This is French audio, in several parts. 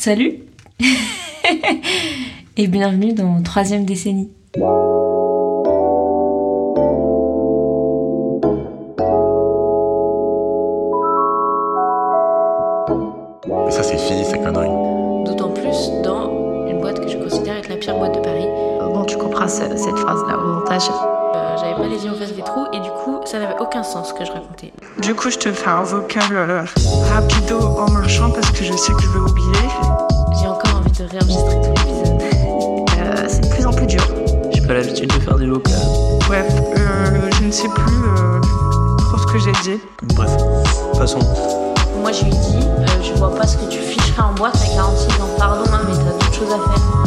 Salut et bienvenue dans 3e décennie. Ça c'est fini, ces conneries. D'autant plus dans une boîte que je considère être la pire boîte de Paris. Bon, tu comprends cette phrase-là au montage. J'avais pas les yeux en face des trous et du coup ça n'avait aucun sens ce que je racontais. Du coup, je te fais un vocal rapido en marchant parce que je sais que je vais oublier. J'ai encore envie de réenregistrer tout l'épisode. C'est de plus en plus dur. J'ai pas l'habitude de faire des vocals. Bref, je ne sais plus trop ce que j'ai dit. Bref, passons. Moi je lui dis, je vois pas ce que tu ficherais en boîte à 46 ans. Pardon, hein, mais t'as d'autres choses à faire.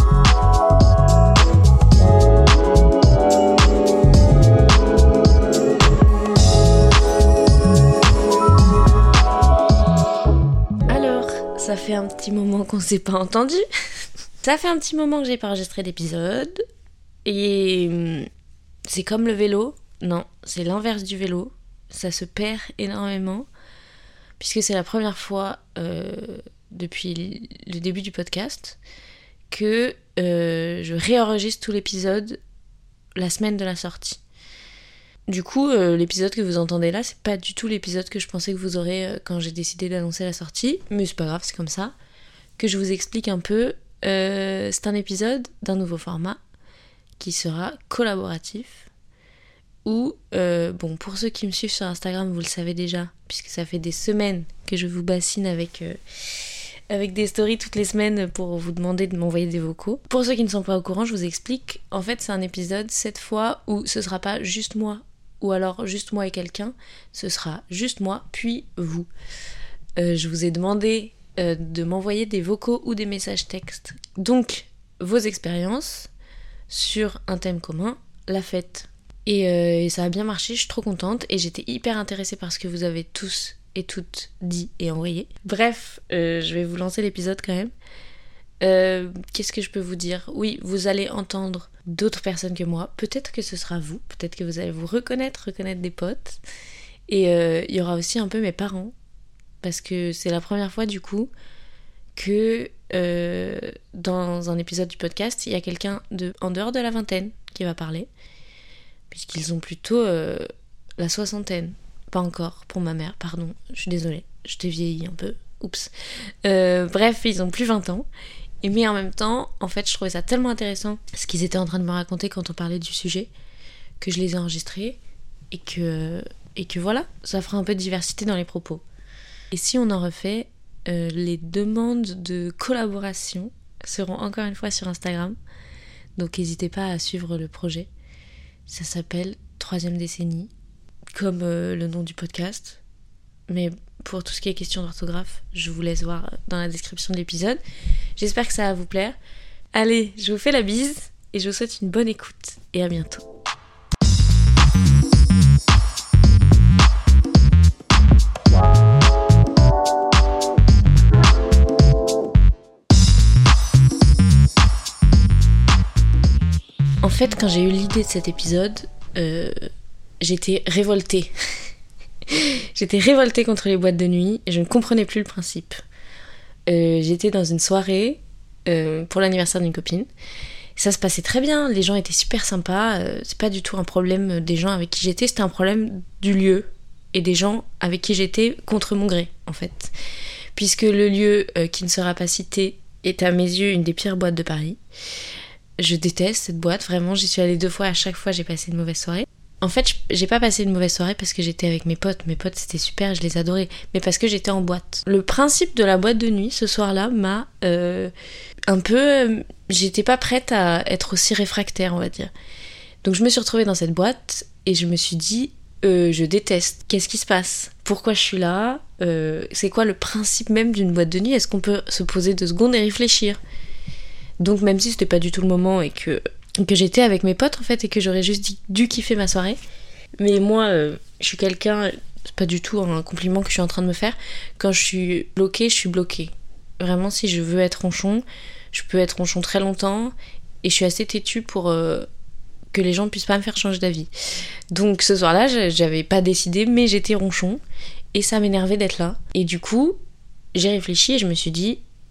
Ça fait un petit moment qu'on s'est pas entendu. Ça fait un petit moment que j'ai pas enregistré d'épisode. Et c'est comme le vélo. Non, c'est l'inverse du vélo. Ça se perd énormément. Puisque c'est la première fois depuis le début du podcast que je réenregistre tout l'épisode la semaine de la sortie. Du coup, l'épisode que vous entendez là, c'est pas du tout l'épisode que je pensais que vous aurez quand j'ai décidé d'annoncer la sortie, mais c'est pas grave, c'est comme ça. Que je vous explique un peu, c'est un épisode d'un nouveau format qui sera collaboratif, où, bon, pour ceux qui me suivent sur Instagram, vous le savez déjà, puisque ça fait des semaines que je vous bassine avec des stories toutes les semaines pour vous demander de m'envoyer des vocaux. Pour ceux qui ne sont pas au courant, je vous explique, en fait c'est un épisode cette fois où ce sera pas juste moi, ou alors juste moi et quelqu'un, ce sera juste moi, puis vous. Je vous ai demandé de m'envoyer des vocaux ou des messages textes. Donc, vos expériences sur un thème commun, la fête. Et ça a bien marché, je suis trop contente, et j'étais hyper intéressée par ce que vous avez tous et toutes dit et envoyé. Bref, je vais vous lancer l'épisode quand même. Qu'est-ce que je peux vous dire ? Oui, vous allez entendre d'autres personnes que moi. Peut-être que ce sera vous. Peut-être que vous allez vous reconnaître des potes. Et il y aura aussi un peu mes parents. Parce que c'est la première fois du coup que dans un épisode du podcast, il y a quelqu'un en dehors de la vingtaine qui va parler. Puisqu'ils ont plutôt la soixantaine. Pas encore, pour ma mère, pardon. Je suis désolée, je t'ai vieilli un peu. Oups. Bref, ils ont plus 20 ans. Mais en même temps, en fait, je trouvais ça tellement intéressant ce qu'ils étaient en train de me raconter quand on parlait du sujet, que je les ai enregistrés et que voilà, ça fera un peu de diversité dans les propos. Et si on en refait, les demandes de collaboration seront encore une fois sur Instagram, donc n'hésitez pas à suivre le projet. Ça s'appelle 3e décennie, comme le nom du podcast, mais pour tout ce qui est question d'orthographe, je vous laisse voir dans la description de l'épisode. J'espère que ça va vous plaire. Allez, je vous fais la bise et je vous souhaite une bonne écoute et à bientôt. En fait, quand j'ai eu l'idée de cet épisode, j'étais révoltée. J'étais révoltée contre les boîtes de nuit et je ne comprenais plus le principe. J'étais dans une soirée pour l'anniversaire d'une copine. Ça se passait très bien, les gens étaient super sympas. C'est pas du tout un problème des gens avec qui j'étais, c'était un problème du lieu et des gens avec qui j'étais contre mon gré, en fait. Puisque le lieu qui ne sera pas cité est à mes yeux une des pires boîtes de Paris. Je déteste cette boîte, vraiment, j'y suis allée 2 fois, à chaque fois j'ai passé une mauvaise soirée. En fait, j'ai pas passé une mauvaise soirée parce que j'étais avec mes potes c'était super, je les adorais, mais parce que j'étais en boîte. Le principe de la boîte de nuit ce soir-là m'a un peu... j'étais pas prête à être aussi réfractaire, on va dire. Donc je me suis retrouvée dans cette boîte et je me suis dit, je déteste. Qu'est-ce qui se passe ? Pourquoi je suis là ? C'est quoi le principe même d'une boîte de nuit ? Est-ce qu'on peut se poser 2 secondes et réfléchir ? Donc même si c'était pas du tout le moment et que j'étais avec mes potes en fait et que j'aurais juste dû kiffer ma soirée. Mais moi, je suis quelqu'un, c'est pas du tout un compliment que je suis en train de me faire, quand je suis bloquée, je suis bloquée. Vraiment, si je veux être ronchon, je peux être ronchon très longtemps et je suis assez têtue pour que les gens puissent pas me faire changer d'avis. Donc ce soir-là, j'avais pas décidé, mais j'étais ronchon et ça m'énervait d'être là. Et du coup, j'ai réfléchi et je me suis dit,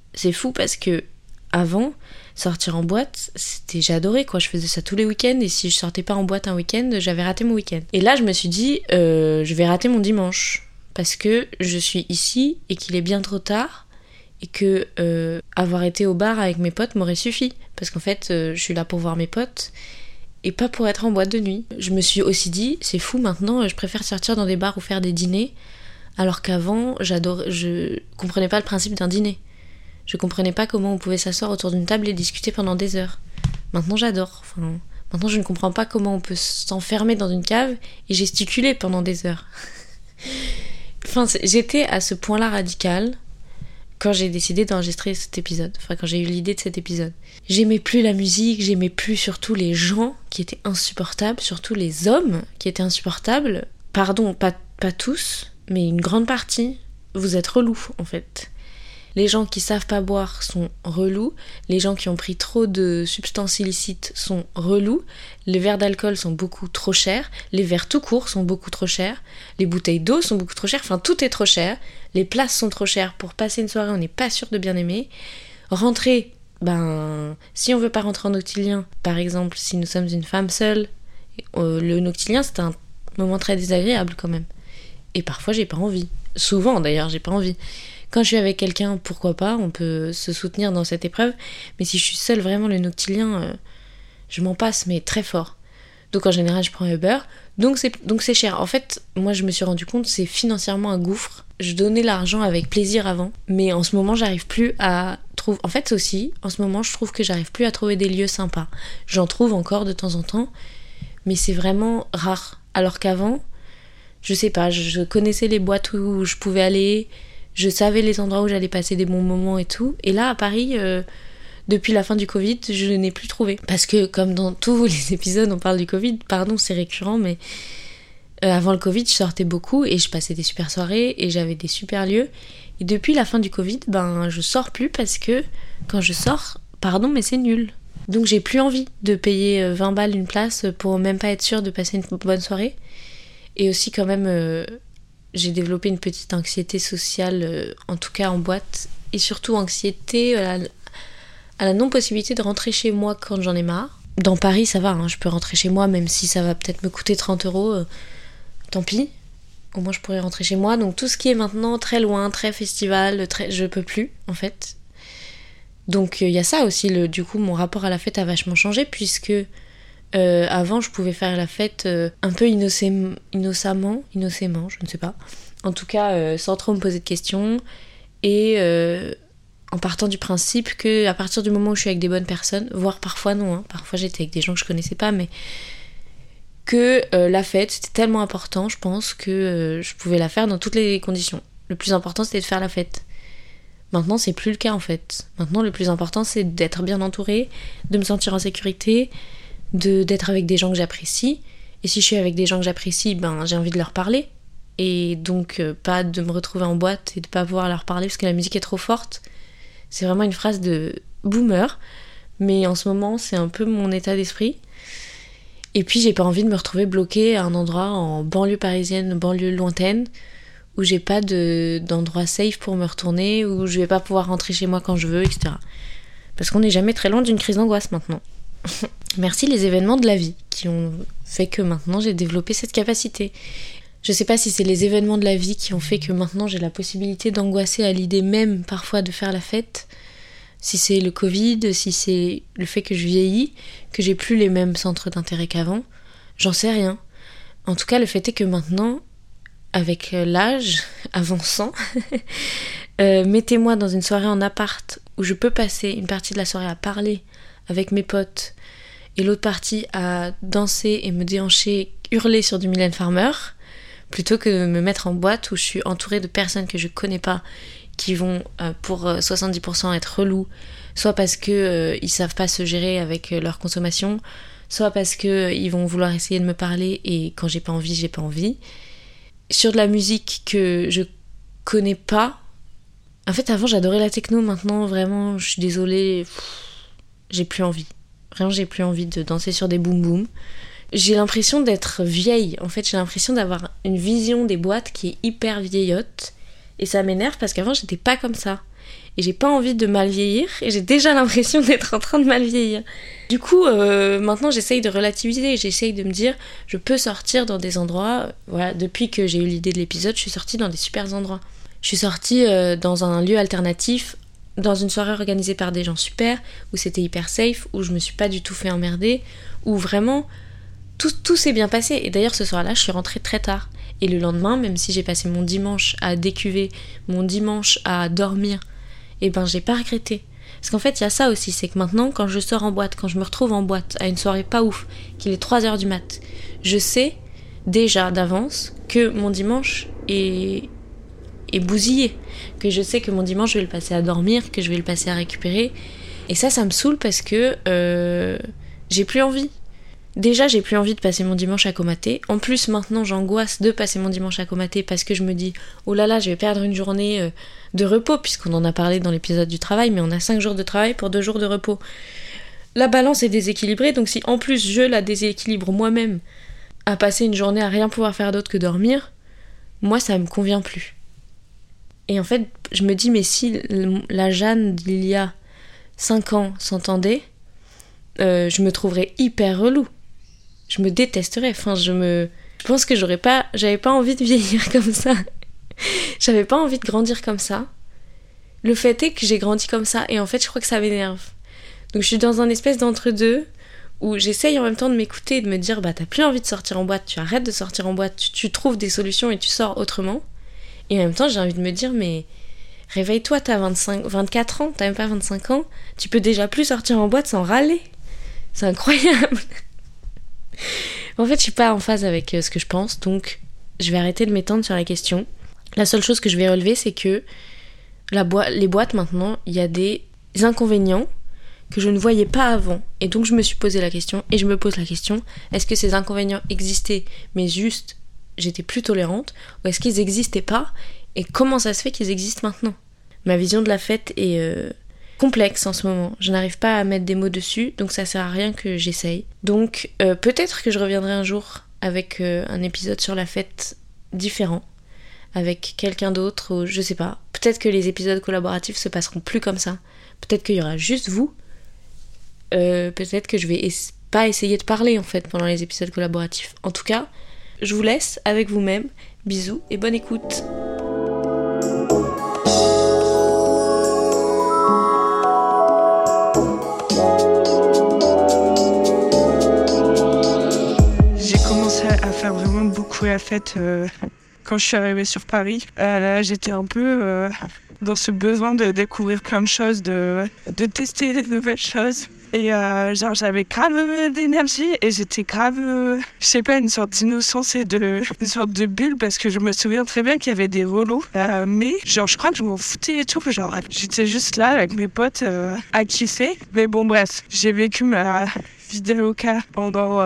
c'est fou parce que avant, sortir en boîte, j'adorais quoi, je faisais ça tous les week-ends et si je sortais pas en boîte un week-end, j'avais raté mon week-end. Et là, je me suis dit, je vais rater mon dimanche parce que je suis ici et qu'il est bien trop tard et que avoir été au bar avec mes potes m'aurait suffi parce qu'en fait, je suis là pour voir mes potes et pas pour être en boîte de nuit. Je me suis aussi dit, c'est fou maintenant, je préfère sortir dans des bars ou faire des dîners alors qu'avant, je comprenais pas le principe d'un dîner. Je comprenais pas comment on pouvait s'asseoir autour d'une table et discuter pendant des heures. Maintenant, j'adore. Maintenant, je ne comprends pas comment on peut s'enfermer dans une cave et gesticuler pendant des heures. J'étais à ce point-là radical quand j'ai décidé d'enregistrer cet épisode. Quand j'ai eu l'idée de cet épisode. J'aimais plus la musique, j'aimais plus surtout les gens qui étaient insupportables, surtout les hommes qui étaient insupportables. Pardon, pas tous, mais une grande partie. Vous êtes relous, en fait. Les gens qui savent pas boire sont relous, les gens qui ont pris trop de substances illicites sont relous, les verres d'alcool sont beaucoup trop chers, les verres tout court sont beaucoup trop chers, les bouteilles d'eau sont beaucoup trop chères, tout est trop cher, les places sont trop chères, pour passer une soirée on n'est pas sûr de bien aimer. Rentrer, si on veut pas rentrer en noctilien, par exemple si nous sommes une femme seule, le noctilien c'est un moment très désagréable quand même. Et parfois j'ai pas envie, souvent d'ailleurs j'ai pas envie. Quand je suis avec quelqu'un, pourquoi pas, on peut se soutenir dans cette épreuve. Mais si je suis seule, vraiment, le noctilien, je m'en passe, mais très fort. Donc en général, je prends un Uber. Donc c'est cher. En fait, moi, je me suis rendu compte, c'est financièrement un gouffre. Je donnais l'argent avec plaisir avant. Mais en ce moment, j'arrive plus à trouver... En fait, aussi, en ce moment, je trouve que j'arrive plus à trouver des lieux sympas. J'en trouve encore de temps en temps. Mais c'est vraiment rare. Alors qu'avant, je sais pas, je connaissais les boîtes où je pouvais aller... Je savais les endroits où j'allais passer des bons moments et tout. Et là, à Paris, depuis la fin du Covid, je n'ai plus trouvé. Parce que, comme dans tous les épisodes, on parle du Covid. Pardon, c'est récurrent, mais avant le Covid, je sortais beaucoup et je passais des super soirées et j'avais des super lieux. Et depuis la fin du Covid, je sors plus parce que quand je sors, pardon, mais c'est nul. Donc j'ai plus envie de payer 20 balles une place pour même pas être sûre de passer une bonne soirée. Et aussi, quand même... j'ai développé une petite anxiété sociale, en tout cas en boîte, et surtout anxiété à la non-possibilité de rentrer chez moi quand j'en ai marre. Dans Paris, ça va, je peux rentrer chez moi, même si ça va peut-être me coûter 30 €, tant pis. Au moins, je pourrais rentrer chez moi. Donc tout ce qui est maintenant très loin, très festival, je peux plus, en fait. Donc il y a ça aussi, du coup, mon rapport à la fête a vachement changé, puisque... avant je pouvais faire la fête un peu innocemment, je ne sais pas. En tout cas sans trop me poser de questions et en partant du principe que à partir du moment où je suis avec des bonnes personnes, voire parfois non, parfois j'étais avec des gens que je connaissais pas, mais que la fête c'était tellement important, je pense que je pouvais la faire dans toutes les conditions. Le plus important c'était de faire la fête. Maintenant c'est plus le cas en fait. Maintenant le plus important c'est d'être bien entourée, de me sentir en sécurité, d'être avec des gens que j'apprécie. Et si je suis avec des gens que j'apprécie, j'ai envie de leur parler. Et donc pas de me retrouver en boîte et de pas pouvoir leur parler parce que la musique est trop forte. C'est vraiment une phrase de boomer, mais en ce moment c'est un peu mon état d'esprit. Et puis j'ai pas envie de me retrouver bloquée à un endroit en banlieue parisienne, banlieue lointaine, où j'ai pas d'endroit safe pour me retourner, où je vais pas pouvoir rentrer chez moi quand je veux, etc. Parce qu'on n'est jamais très loin d'une crise d'angoisse maintenant. Merci les événements de la vie qui ont fait que maintenant j'ai développé cette capacité. Je sais pas si c'est les événements de la vie qui ont fait que maintenant j'ai la possibilité d'angoisser à l'idée même parfois de faire la fête, si c'est le Covid, si c'est le fait que je vieillis, que j'ai plus les mêmes centres d'intérêt qu'avant, j'en sais rien. En tout cas le fait est que maintenant, avec l'âge avançant, mettez-moi dans une soirée en appart où je peux passer une partie de la soirée à parler avec mes potes et l'autre partie à danser et me déhancher, hurler sur du Mylène Farmer, plutôt que de me mettre en boîte où je suis entourée de personnes que je connais pas, qui vont pour 70% être relous, soit parce que ils savent pas se gérer avec leur consommation, soit parce que ils vont vouloir essayer de me parler et quand j'ai pas envie. Sur de la musique que je connais pas. En fait, avant j'adorais la techno, maintenant vraiment, je suis désolée, j'ai plus envie. Vraiment, j'ai plus envie de danser sur des boum boum. J'ai l'impression d'être vieille. En fait, j'ai l'impression d'avoir une vision des boîtes qui est hyper vieillotte. Et ça m'énerve parce qu'avant, j'étais pas comme ça. et j'ai pas envie de mal vieillir et j'ai déjà l'impression d'être en train de mal vieillir. Du coup, maintenant j'essaye de relativiser, j'essaye de me dire je peux sortir dans des endroits, voilà, depuis que j'ai eu l'idée de l'épisode, je suis sortie dans des super endroits. Je suis sortie dans un lieu alternatif, dans une soirée organisée par des gens super, où c'était hyper safe, où je me suis pas du tout fait emmerder, où vraiment tout s'est bien passé. Et d'ailleurs ce soir-là, je suis rentrée très tard. Et le lendemain, même si j'ai passé mon dimanche à décuver, mon dimanche à dormir, et ben j'ai pas regretté. Parce qu'en fait, il y a ça aussi, c'est que maintenant, quand je sors en boîte, quand je me retrouve en boîte, à une soirée pas ouf, qu'il est 3h du mat, je sais déjà d'avance que mon dimanche est bousillé. Que je sais que mon dimanche, je vais le passer à dormir, que je vais le passer à récupérer. Et ça me saoule parce que j'ai plus envie. Déjà, j'ai plus envie de passer mon dimanche à comater. En plus, maintenant, j'angoisse de passer mon dimanche à comater parce que je me dis oh là là, je vais perdre une journée de repos, puisqu'on en a parlé dans l'épisode du travail, mais on a 5 jours de travail pour 2 jours de repos. La balance est déséquilibrée, donc si en plus je la déséquilibre moi-même à passer une journée à rien pouvoir faire d'autre que dormir, moi, ça me convient plus. Et en fait, je me dis, mais si la Jeanne d'il y a 5 ans s'entendait, je me trouverais hyper relou. Je me détesterais, je pense que j'avais pas envie de vieillir comme ça. J'avais pas envie de grandir comme ça. Le fait est que j'ai grandi comme ça, et en fait je crois que ça m'énerve. Donc je suis dans un espèce d'entre-deux, où j'essaye en même temps de m'écouter et de me dire bah t'as plus envie de sortir en boîte, tu arrêtes de sortir en boîte, tu trouves des solutions et tu sors autrement. Et en même temps j'ai envie de me dire mais réveille-toi, t'as 24 ans, t'as même pas 25 ans, tu peux déjà plus sortir en boîte sans râler. C'est incroyable. En fait, je suis pas en phase avec ce que je pense, donc je vais arrêter de m'étendre sur la question. La seule chose que je vais relever, c'est que les boîtes, maintenant, il y a des inconvénients que je ne voyais pas avant. Et donc, je me suis posé la question, et je me pose la question, est-ce que ces inconvénients existaient, mais juste, j'étais plus tolérante, ou est-ce qu'ils n'existaient pas, et comment ça se fait qu'ils existent maintenant ? Ma vision de la fête est complexe en ce moment. Je n'arrive pas à mettre des mots dessus, donc ça sert à rien que j'essaye. Donc peut-être que je reviendrai un jour avec un épisode sur la fête différent, avec quelqu'un d'autre, ou je sais pas. Peut-être que les épisodes collaboratifs se passeront plus comme ça. Peut-être qu'il y aura juste vous. Peut-être que je vais pas essayer de parler en fait pendant les épisodes collaboratifs. En tout cas, je vous laisse avec vous-même. Bisous et bonne écoute. À faire vraiment beaucoup la fête quand je suis arrivée sur Paris. Là, j'étais un peu dans ce besoin de découvrir plein de choses, de tester des nouvelles choses. Et genre, j'avais grave d'énergie et j'étais grave, je sais pas, une sorte d'innocence et une sorte de bulle, parce que je me souviens très bien qu'il y avait des relous. Mais genre, je crois que je m'en foutais et tout. Genre, j'étais juste là avec mes potes à kiffer. Mais bon, bref, j'ai vécu ma vidéoca pendant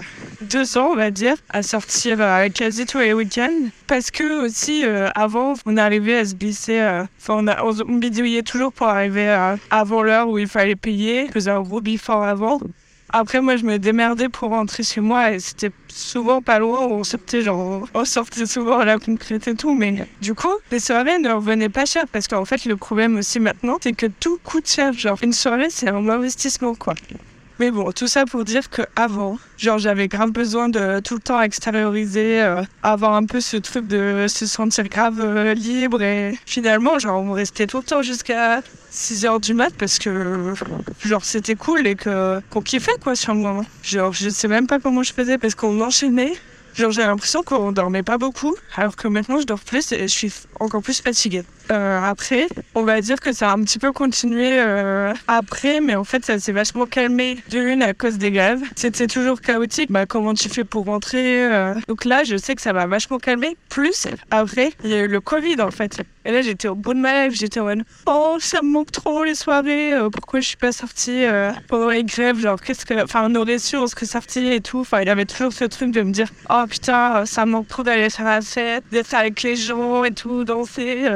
2 ans, on va dire, à sortir quasi tous les week-ends. Parce que aussi, avant, on arrivait à se glisser, on bidouillait toujours pour arriver avant l'heure où il fallait payer. Je faisais un gros before avant. Après, moi, je me démerdais pour rentrer chez moi et c'était souvent pas loin. On sortait souvent à la concrète et tout. Mais du coup, les soirées ne revenaient pas cher, parce qu'en fait, le problème aussi maintenant, c'est que tout coûte cher. Genre, une soirée, c'est un investissement, quoi. Mais bon, tout ça pour dire qu'avant, genre, j'avais grave besoin de tout le temps extérioriser, avoir un peu ce truc de se sentir grave libre. Et finalement, genre, on restait tout le temps jusqu'à 6h du mat, parce que genre, c'était cool et qu'on kiffait, quoi, sur le moment. Genre, je sais même pas comment je faisais, parce qu'on enchaînait. Genre, j'ai l'impression qu'on dormait pas beaucoup, alors que maintenant je dors plus et je suis encore plus fatiguée. Après, on va dire que ça a un petit peu continué après, mais en fait ça s'est vachement calmé à cause des grèves. C'était toujours chaotique, comment tu fais pour rentrer Donc là, je sais que ça m'a vachement calmé. Plus, après, il y a eu le Covid en fait. Et là, j'étais au bout de ma life, j'étais en mode oh, ça me manque trop les soirées, pourquoi je suis pas sortie pendant les grèves, genre on aurait su, on serait sortis et tout. Enfin, il y avait toujours ce truc de me dire oh putain, ça me manque trop d'aller faire la fête, d'être avec les gens et tout, danser. Après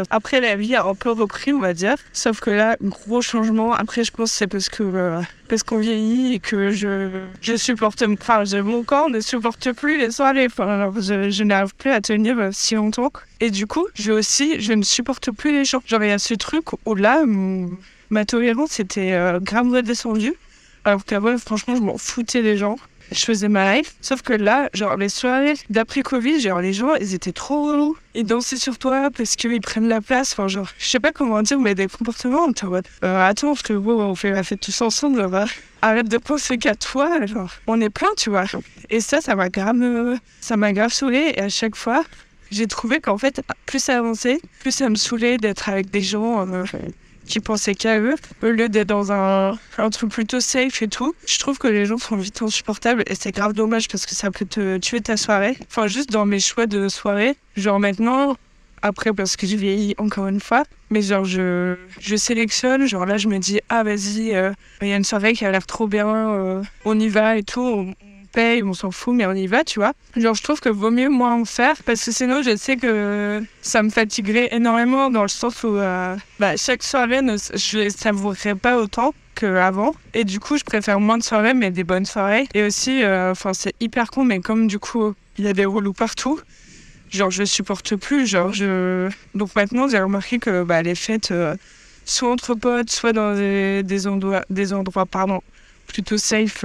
la vie a un peu repris, on va dire. Sauf que là, gros changement. Après, je pense que c'est parce qu'on vieillit et que je supporte... Enfin, mon corps ne supporte plus les soirées. Enfin, alors, je n'arrive plus à tenir si longtemps. Et du coup, je ne supporte plus les gens. Genre, il y a ce truc où là, ma tolérance était grave redescendue. Alors qu'avant, franchement, je m'en foutais des gens. Je faisais ma life. Sauf que là, genre, les soirées d'après Covid, genre, les gens, ils étaient trop relous. Ils dansaient sur toi parce qu'ils prennent la place. Enfin, genre, je sais pas comment dire, mais des comportements, t'es en mode, attends, parce que on fait la fête tous ensemble, genre, arrête de penser qu'à toi, genre, on est plein, tu vois. Et ça m'a grave saoulée. Et à chaque fois, j'ai trouvé qu'en fait, plus ça avançait, plus ça me saoulait d'être avec des gens qui pensaient qu'à eux, au lieu d'être dans un truc plutôt safe et tout. Je trouve que les gens sont vite insupportables et c'est grave dommage parce que ça peut te tuer ta soirée. Enfin, juste dans mes choix de soirée, genre maintenant, après parce que je vieillis encore une fois, mais genre je sélectionne, genre là je me dis, ah vas-y, il y a une soirée qui a l'air trop bien, on y va et tout, on paye, on s'en fout, mais on y va, tu vois. Genre, je trouve que vaut mieux moins en faire, parce que sinon, je sais que ça me fatiguerait énormément, dans le sens où chaque soirée, je ne savourerais pas autant qu'avant. Et du coup, je préfère moins de soirées, mais des bonnes soirées. Et aussi, c'est hyper con, mais comme du coup, il y a des relous partout, genre, je supporte plus, Donc maintenant, j'ai remarqué que les fêtes, soit entre potes, soit dans des endroits, plutôt safe,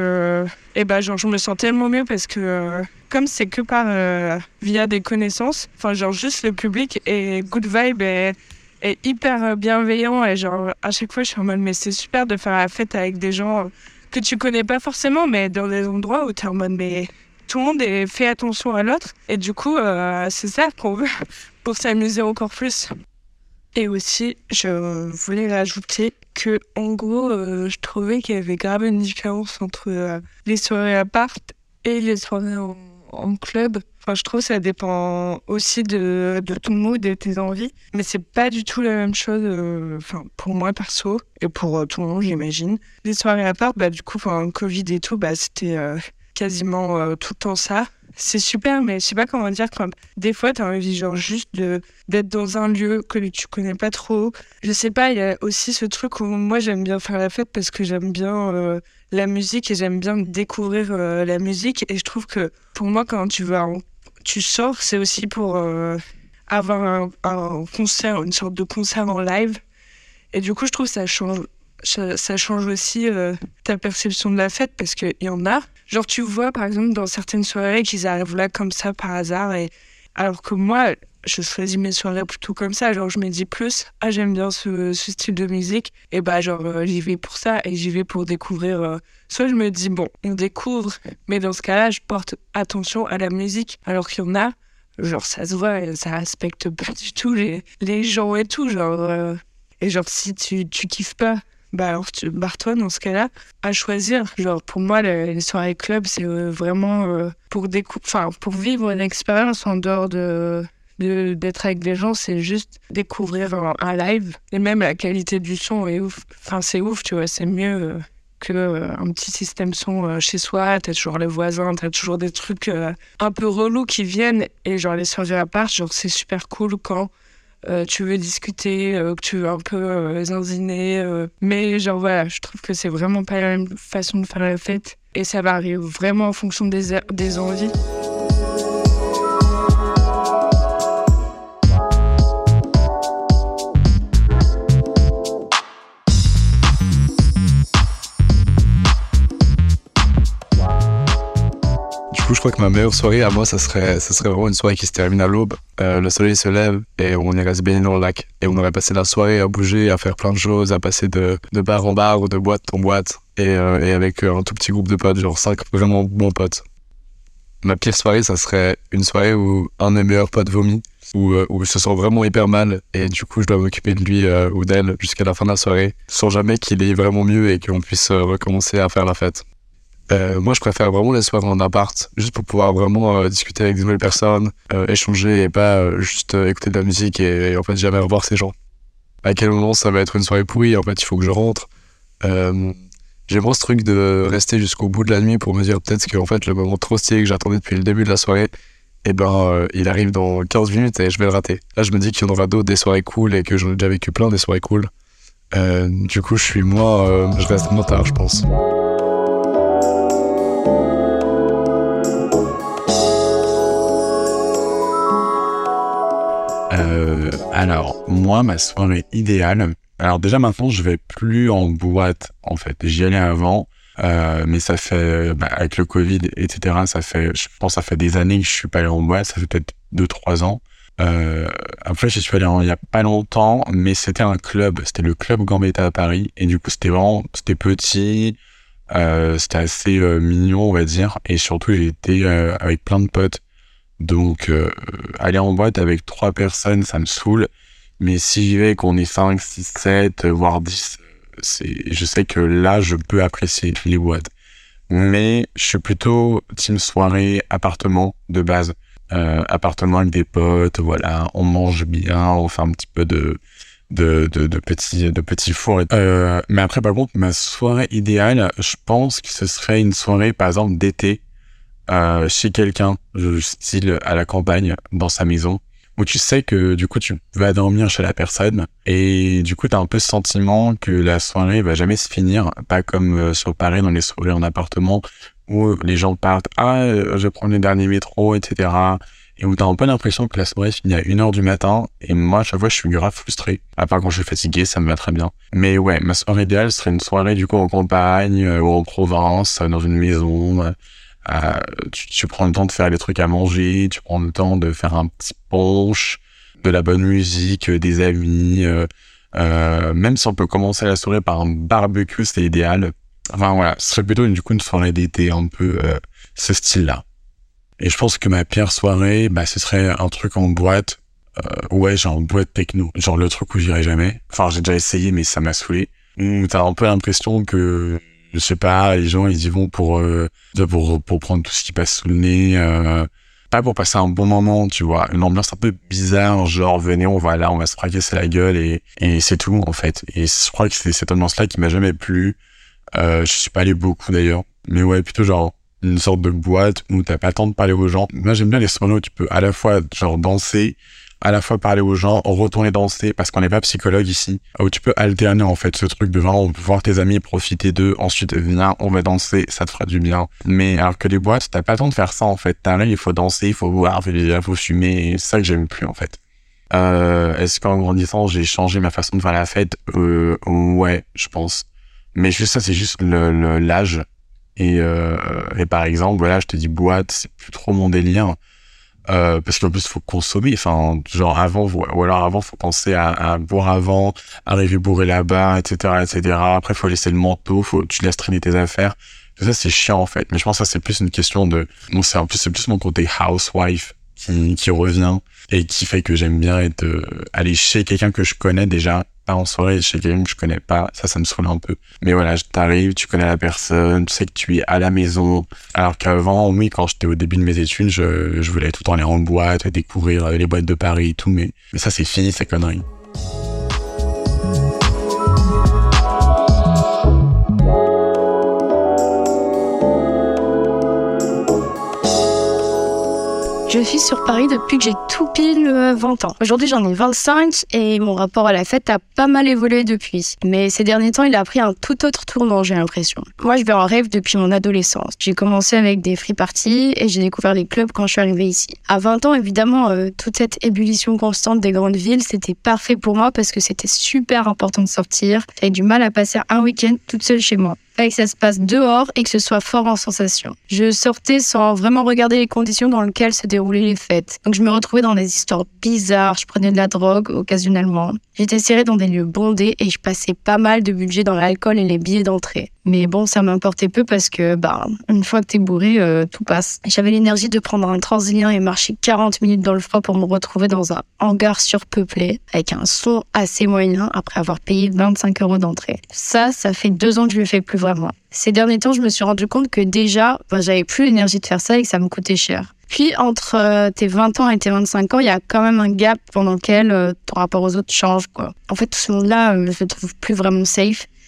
je me sens tellement mieux parce que comme c'est que via des connaissances, enfin genre juste le public est good vibe et hyper bienveillant et genre à chaque fois je suis en mode mais c'est super de faire la fête avec des gens que tu connais pas forcément mais dans des endroits où t'es en mode mais tout le monde fait attention à l'autre et du coup c'est ça qu'on veut pour s'amuser encore plus. Et aussi, je voulais rajouter que, en gros, je trouvais qu'il y avait grave une différence entre les soirées à part et les soirées en club. Enfin, je trouve que ça dépend aussi de ton mood et de tes envies. Mais c'est pas du tout la même chose, pour moi perso, et pour tout le monde, j'imagine. Les soirées à part, du coup, Covid et tout, c'était quasiment tout le temps ça. C'est super, mais je sais pas comment dire, comme des fois t'as envie genre juste d'être dans un lieu que tu connais pas trop. Je sais pas, il y a aussi ce truc où moi j'aime bien faire la fête parce que j'aime bien la musique et j'aime bien découvrir la musique. Et je trouve que pour moi quand tu sors, c'est aussi pour avoir un concert, une sorte de concert en live. Et du coup je trouve que ça change aussi ta perception de la fête parce qu'il y en a. Genre, tu vois, par exemple, dans certaines soirées qu'ils arrivent là comme ça par hasard. Alors que moi, je choisis mes soirées plutôt comme ça. Genre, je me dis plus, j'aime bien ce style de musique. Et j'y vais pour ça et j'y vais pour découvrir. Soit je me dis, bon, on découvre, mais dans ce cas-là, je porte attention à la musique. Alors qu'il y en a, genre, ça se voit, et ça respecte pas du tout les gens et tout. Genre, et genre, si tu kiffes pas, alors tu barre-toi dans ce cas-là à choisir. Genre pour moi les soirées club c'est vraiment pour vivre une expérience en dehors d'être avec des gens, c'est juste découvrir un live et même la qualité du son est ouf. Enfin c'est ouf, tu vois, c'est mieux que un petit système son chez soi. T'as toujours les voisins, t'as toujours des trucs un peu relous qui viennent et genre les soirées à part, genre c'est super cool quand tu veux discuter, que tu veux un peu zinziner. Mais genre voilà, je trouve que c'est vraiment pas la même façon de faire la fête. Et ça varie vraiment en fonction des envies. Du coup, je crois que ma meilleure soirée à moi, ça serait vraiment une soirée qui se termine à l'aube. Le soleil se lève et on irait se baigner dans le lac. Et on aurait passé la soirée à bouger, à faire plein de choses, à passer de bar en bar ou de boîte en boîte. Et avec un tout petit groupe de potes, genre 5 vraiment bons potes. Ma pire soirée, ça serait une soirée où un de mes meilleurs potes vomit, où il se sent vraiment hyper mal. Et du coup, je dois m'occuper de lui ou d'elle jusqu'à la fin de la soirée, sans jamais qu'il ait vraiment mieux et qu'on puisse recommencer à faire la fête. Moi, je préfère vraiment les soirées en appart, juste pour pouvoir vraiment discuter avec de nouvelles personnes, échanger et pas juste écouter de la musique et en fait jamais revoir ces gens. À quel moment ça va être une soirée pourrie, en fait, il faut que je rentre. J'ai vraiment ce truc de rester jusqu'au bout de la nuit pour me dire peut-être que en fait, le moment trop stylé que j'attendais depuis le début de la soirée il arrive dans 15 minutes et je vais le rater. Là, je me dis qu'il y en aura d'autres, des soirées cool, et que j'en ai déjà vécu plein, des soirées cool. Du coup, je reste moins tard, je pense. Alors, moi, ma soirée idéale... Alors déjà, maintenant, je vais plus en boîte, en fait. J'y allais avant, mais ça fait... avec le Covid, etc., je pense que ça fait des années que je suis pas allé en boîte. Ça fait peut-être 2-3 ans. Après, j'y suis allé il y a pas longtemps, mais c'était un club. C'était le club Gambetta à Paris. Et du coup, c'était petit, c'était assez mignon, on va dire. Et surtout, j'ai été avec plein de potes. Donc, aller en boîte avec 3 personnes, ça me saoule. Mais si j'y vais, qu'on est 5, 6, 7, voire 10, je sais que là, je peux apprécier les boîtes. Mais je suis plutôt team soirée, appartement de base. Appartement avec des potes, voilà, on mange bien, on fait un petit peu de petits fours. Mais après, par contre, ma soirée idéale, je pense que ce serait une soirée, par exemple, d'été, chez quelqu'un, style à la campagne, dans sa maison, où tu sais que du coup tu vas dormir chez la personne et du coup t'as un peu ce sentiment que la soirée va jamais se finir, pas comme sur Paris dans les soirées en appartement où les gens partent je vais prendre les derniers métros, etc. Et où t'as un peu l'impression que la soirée finit à 1h du matin et moi à chaque fois je suis grave frustré, à part quand je suis fatigué, ça me va très bien. Mais ouais, ma soirée idéale serait une soirée du coup en campagne ou en Provence, dans une maison. Tu prends le temps de faire des trucs à manger, tu prends le temps de faire un petit punch, de la bonne musique, des amis, même si on peut commencer la soirée par un barbecue, c'est idéal. Enfin voilà, ce serait plutôt une soirée d'été, un peu ce style-là. Et je pense que ma pire soirée, ce serait un truc en boîte, genre boîte techno, genre le truc où j'irai jamais. Enfin, j'ai déjà essayé, mais ça m'a saoulé. Où t'as un peu l'impression que je sais pas, les gens ils y vont pour prendre tout ce qui passe sous le nez, pas pour passer un bon moment, tu vois, une ambiance un peu bizarre, genre venez, on va se fracasser la gueule et c'est tout en fait. Et je crois que c'est cette ambiance-là qui m'a jamais plu. Je suis pas allé beaucoup d'ailleurs, mais ouais, plutôt genre une sorte de boîte où t'as pas le temps de parler aux gens. Moi j'aime bien les soirées où tu peux à la fois genre danser, à la fois parler aux gens, retourner danser, parce qu'on n'est pas psychologue ici, où tu peux alterner en fait ce truc de vraiment voir tes amis, profiter d'eux, ensuite viens, on va danser, ça te fera du bien. Mais alors que les boîtes, t'as pas le temps de faire ça en fait, t'arrives, il faut danser, il faut boire, il faut fumer, c'est ça que j'aime plus en fait. Est-ce qu'en grandissant j'ai changé ma façon de faire la fête? Ouais, je pense. Mais juste ça, c'est juste l'âge. Et par exemple, voilà, je te dis boîte, c'est plus trop mon délire. Parce qu'en plus faut consommer, enfin genre avant, ou alors avant faut penser à boire avant, arriver bourré là-bas, etc. Après faut laisser le manteau, tu laisses traîner tes affaires. Tout ça c'est chiant en fait, mais je pense que ça c'est plus une question de, non, c'est plus mon côté housewife qui revient et qui fait que j'aime bien aller chez quelqu'un que je connais déjà, pas en soirée, chez quelqu'un que je connais pas, ça me saoule un peu. Mais voilà, t'arrives, tu connais la personne, tu sais que tu es à la maison. Alors qu'avant, oui, quand j'étais au début de mes études, je voulais tout le temps aller en boîte, découvrir les boîtes de Paris et tout, mais ça c'est fini, ces conneries. Je suis sur Paris depuis que j'ai tout pile 20 ans. Aujourd'hui, j'en ai 25 et mon rapport à la fête a pas mal évolué depuis. Mais ces derniers temps, il a pris un tout autre tournant, j'ai l'impression. Moi, je vais en rêve depuis mon adolescence. J'ai commencé avec des free parties et j'ai découvert les clubs quand je suis arrivée ici. À 20 ans, évidemment, toute cette ébullition constante des grandes villes, c'était parfait pour moi parce que c'était super important de sortir. J'avais du mal à passer un week-end toute seule chez moi. Fallait que ça se passe dehors et que ce soit fort en sensation. Je sortais sans vraiment regarder les conditions dans lesquelles se déroulaient les fêtes. Donc je me retrouvais dans des histoires bizarres, je prenais de la drogue occasionnellement. J'étais serrée dans des lieux bondés et je passais pas mal de budget dans l'alcool et les billets d'entrée. Mais bon, ça m'importait peu parce que, une fois que t'es bourré, tout passe. J'avais l'énergie de prendre un Transilien et marcher 40 minutes dans le froid pour me retrouver dans un hangar surpeuplé, avec un son assez moyen après avoir payé 25 € d'entrée. Ça fait 2 ans que je le fais plus vraiment. Ces derniers temps, je me suis rendu compte que déjà, j'avais plus l'énergie de faire ça et que ça me coûtait cher. Puis, entre tes 20 ans et tes 25 ans, il y a quand même un gap pendant lequel ton rapport aux autres change, quoi. En fait, tout ce monde-là, je le trouve plus vraiment safe.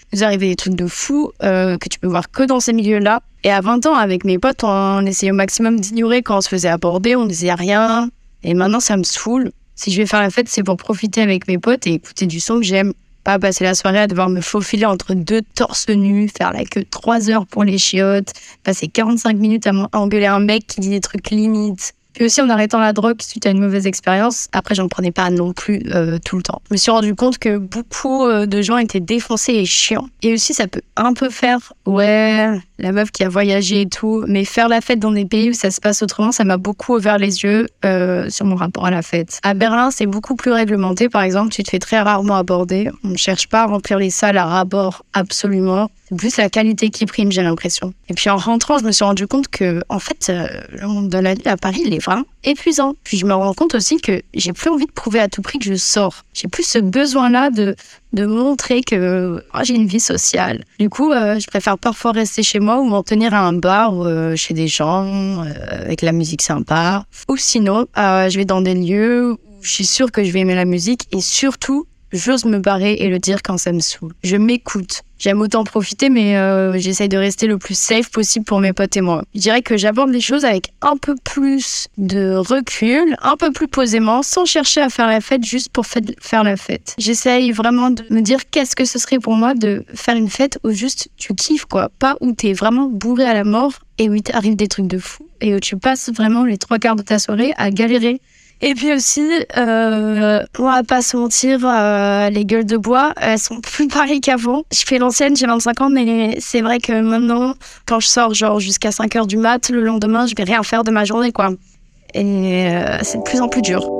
nous arrivait des trucs de fou que tu peux voir que dans ces milieux-là. Et à 20 ans, avec mes potes, on essayait au maximum d'ignorer quand on se faisait aborder, on disait rien. Et maintenant, ça me saoule. Si je vais faire la fête, c'est pour profiter avec mes potes et écouter du son que j'aime. Pas passer la soirée à devoir me faufiler entre deux torses nus, faire la queue 3 heures pour les chiottes, passer 45 minutes à engueuler un mec qui dit des trucs limites. Puis aussi en arrêtant la drogue suite à une mauvaise expérience, après j'en prenais pas non plus tout le temps. Je me suis rendu compte que beaucoup de gens étaient défoncés et chiants. Et aussi ça peut un peu faire, ouais, la meuf qui a voyagé et tout, mais faire la fête dans des pays où ça se passe autrement, ça m'a beaucoup ouvert les yeux sur mon rapport à la fête. À Berlin, c'est beaucoup plus réglementé, par exemple, tu te fais très rarement aborder. On ne cherche pas à remplir les salles à ras-bord, absolument. C'est plus la qualité qui prime, j'ai l'impression. Et puis en rentrant, je me suis rendu compte que, en fait, le monde de la vie à Paris, il est vraiment épuisant. Puis je me rends compte aussi que j'ai plus envie de prouver à tout prix que je sors. J'ai plus ce besoin-là de montrer que j'ai une vie sociale. Du coup, je préfère parfois rester chez moi ou m'en tenir à un bar chez des gens avec la musique sympa. Ou sinon, je vais dans des lieux où je suis sûre que je vais aimer la musique et surtout, j'ose me barrer et le dire quand ça me saoule. Je m'écoute. J'aime autant profiter, mais j'essaye de rester le plus safe possible pour mes potes et moi. Je dirais que j'aborde les choses avec un peu plus de recul, un peu plus posément, sans chercher à faire la fête juste pour faire la fête. J'essaye vraiment de me dire qu'est-ce que ce serait pour moi de faire une fête où juste tu kiffes, quoi. Pas où t'es vraiment bourré à la mort et où il t'arrive des trucs de fou et où tu passes vraiment les 3 quarts de ta soirée à galérer. Et puis aussi, on va pas se mentir, les gueules de bois, elles sont plus pareilles qu'avant. Je fais l'ancienne, j'ai 25 ans, mais c'est vrai que maintenant, quand je sors genre jusqu'à 5h du mat, le lendemain, je vais rien faire de ma journée, quoi. Et c'est de plus en plus dur.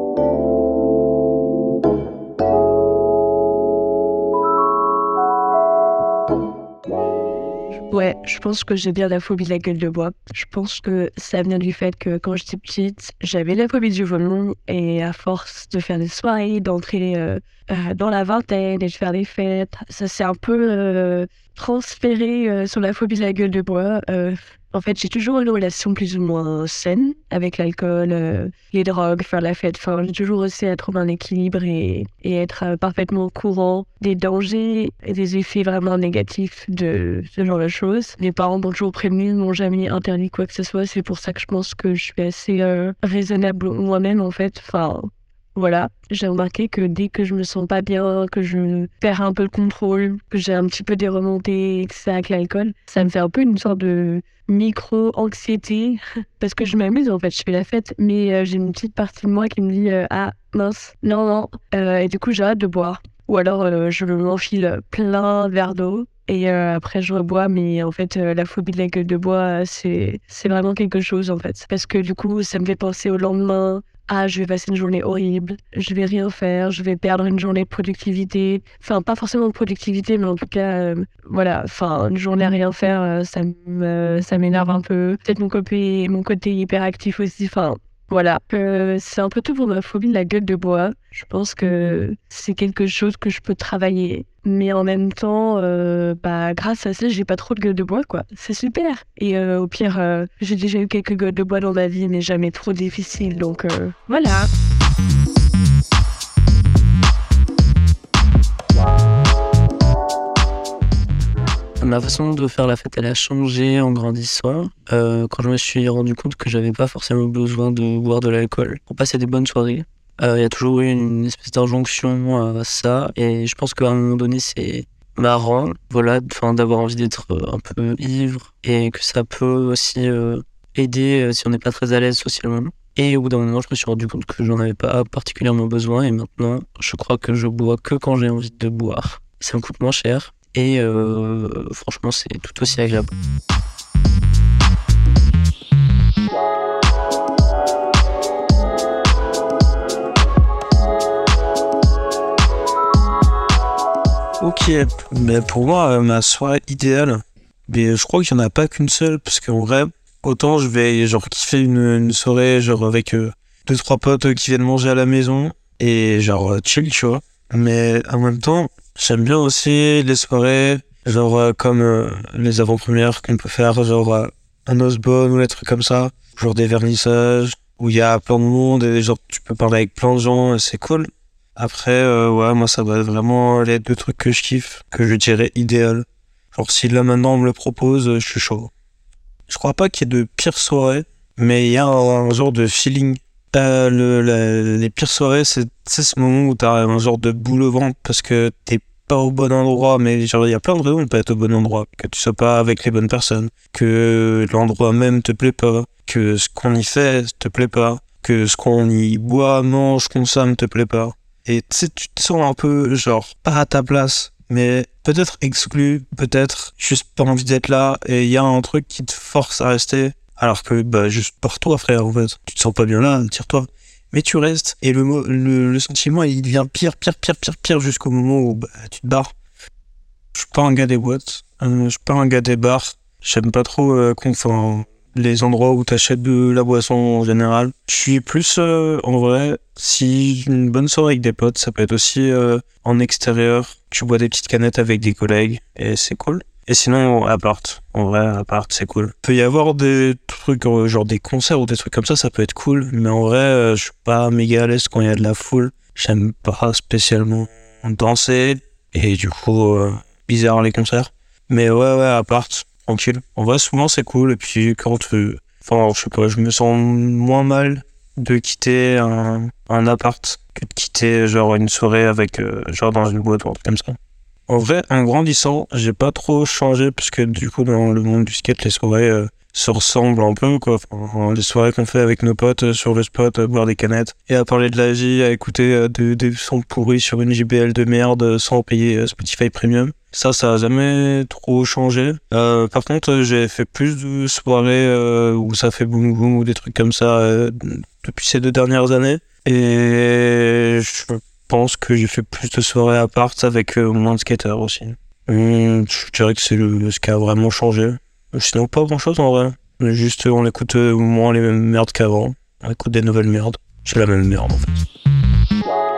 Ouais, je pense que j'ai bien la phobie de la gueule de bois. Je pense que ça vient du fait que quand j'étais petite, j'avais la phobie du vomi et à force de faire des soirées, d'entrer dans la vingtaine et de faire des fêtes, ça s'est un peu transféré sur la phobie de la gueule de bois. En fait, j'ai toujours eu une relation plus ou moins saine avec l'alcool, les drogues, faire la fête. Enfin, j'ai toujours réussi à trouver un équilibre et être parfaitement au courant des dangers et des effets vraiment négatifs de ce genre de choses. Mes parents m'ont toujours prévenu, m'ont jamais interdit quoi que ce soit. C'est pour ça que je pense que je suis assez raisonnable moi-même, en fait. Enfin, voilà. J'ai remarqué que dès que je me sens pas bien, que je perds un peu le contrôle, que j'ai un petit peu des remontées, que c'est avec l'alcool, ça me fait un peu une sorte de micro-anxiété, parce que je m'amuse en fait, je fais la fête, mais j'ai une petite partie de moi qui me dit ah mince, non, et du coup j'ai hâte de boire. Ou alors je m'enfile plein de verres d'eau, et après je rebois, mais en fait la phobie de la gueule de bois, c'est vraiment quelque chose en fait, parce que du coup ça me fait penser au lendemain. Ah, je vais passer une journée horrible, je vais rien faire, je vais perdre une journée de productivité. Enfin, pas forcément de productivité, mais en tout cas, voilà, enfin, une journée à rien faire, ça m'énerve un peu. Peut-être mon côté hyperactif aussi, enfin, voilà. C'est un peu tout pour ma phobie de la gueule de bois. Je pense que c'est quelque chose que je peux travailler. Mais en même temps, grâce à ça, j'ai pas trop de gueule de bois, quoi. C'est super. Et au pire, j'ai déjà eu quelques gueules de bois dans ma vie, mais jamais trop difficiles. Donc voilà. Ma façon de faire la fête, elle a changé en grandissant. Quand je me suis rendu compte que j'avais pas forcément besoin de boire de l'alcool pour passer des bonnes soirées. Il y a toujours eu une espèce d'injonction à ça, et je pense qu'à un moment donné, c'est marrant, voilà, d'avoir envie d'être un peu ivre, et que ça peut aussi aider si on n'est pas très à l'aise socialement. Et au bout d'un moment, je me suis rendu compte que j'en avais pas particulièrement besoin, et maintenant, je crois que je bois que quand j'ai envie de boire. Ça me coûte moins cher, et franchement, c'est tout aussi agréable. Ok, mais pour moi, ma soirée idéale, mais je crois qu'il n'y en a pas qu'une seule, parce qu'en vrai, autant je vais genre kiffer une soirée genre avec 2-3 potes qui viennent manger à la maison, et genre chill, tu vois. Mais en même temps, j'aime bien aussi les soirées, genre comme les avant-premières qu'on peut faire, genre un Osborne ou des trucs comme ça, genre des vernissages, où il y a plein de monde, et genre tu peux parler avec plein de gens, et c'est cool. Après, ouais, moi, ça va être vraiment les 2 trucs que je kiffe, que je dirais idéal. Genre, si là, maintenant, on me le propose, je suis chaud. Je crois pas qu'il y ait de pires soirées, mais il y a un genre de feeling. Les pires soirées, c'est ce moment où t'as un genre de boule au ventre parce que t'es pas au bon endroit, mais genre il y a plein de raisons de pas être au bon endroit, que tu sois pas avec les bonnes personnes, que l'endroit même te plaît pas, que ce qu'on y fait te plaît pas, que ce qu'on y boit, mange, consomme te plaît pas. Et tu sais, tu te sens un peu genre pas à ta place, mais peut-être exclu, peut-être juste pas envie d'être là, et il y a un truc qui te force à rester. Alors que, juste pars-toi, frère, en fait. Tu te sens pas bien là, tire-toi. Mais tu restes, et le sentiment, il devient pire jusqu'au moment où tu te barres. Je suis pas un gars des boîtes, je suis pas un gars des bars. J'aime pas trop les endroits où t'achètes de la boisson en général. Je suis plus, en vrai, si une bonne soirée avec des potes, ça peut être aussi en extérieur. Tu bois des petites canettes avec des collègues, et c'est cool. Et sinon, appart. En vrai, appart, c'est cool. Il peut y avoir des trucs, genre des concerts ou des trucs comme ça peut être cool. Mais en vrai, je suis pas méga à l'aise quand il y a de la foule. J'aime pas spécialement danser. Et du coup, bizarre les concerts. Mais ouais, appart, tranquille. En vrai, souvent, c'est cool. Et puis, quand je sais pas, je me sens moins mal de quitter un appart que de quitter, genre, une soirée avec, genre, dans une boîte ou un truc comme ça. En vrai, en grandissant, j'ai pas trop changé parce que du coup, dans le monde du skate, les soirées se ressemblent un peu, quoi. Enfin, les soirées qu'on fait avec nos potes sur le spot, à boire des canettes et à parler de la vie, à écouter des sons pourris sur une JBL de merde sans payer Spotify Premium. Ça a jamais trop changé. Par contre, j'ai fait plus de soirées où ça fait boum boum ou des trucs comme ça depuis ces 2 dernières années. Et je pense que j'ai fait plus de soirées à part avec moins de skateurs aussi. Je dirais que c'est ce qui a vraiment changé. Sinon, pas grand chose en vrai. Juste, on écoute moins les mêmes merdes qu'avant. On écoute des nouvelles merdes. C'est la même merde en fait.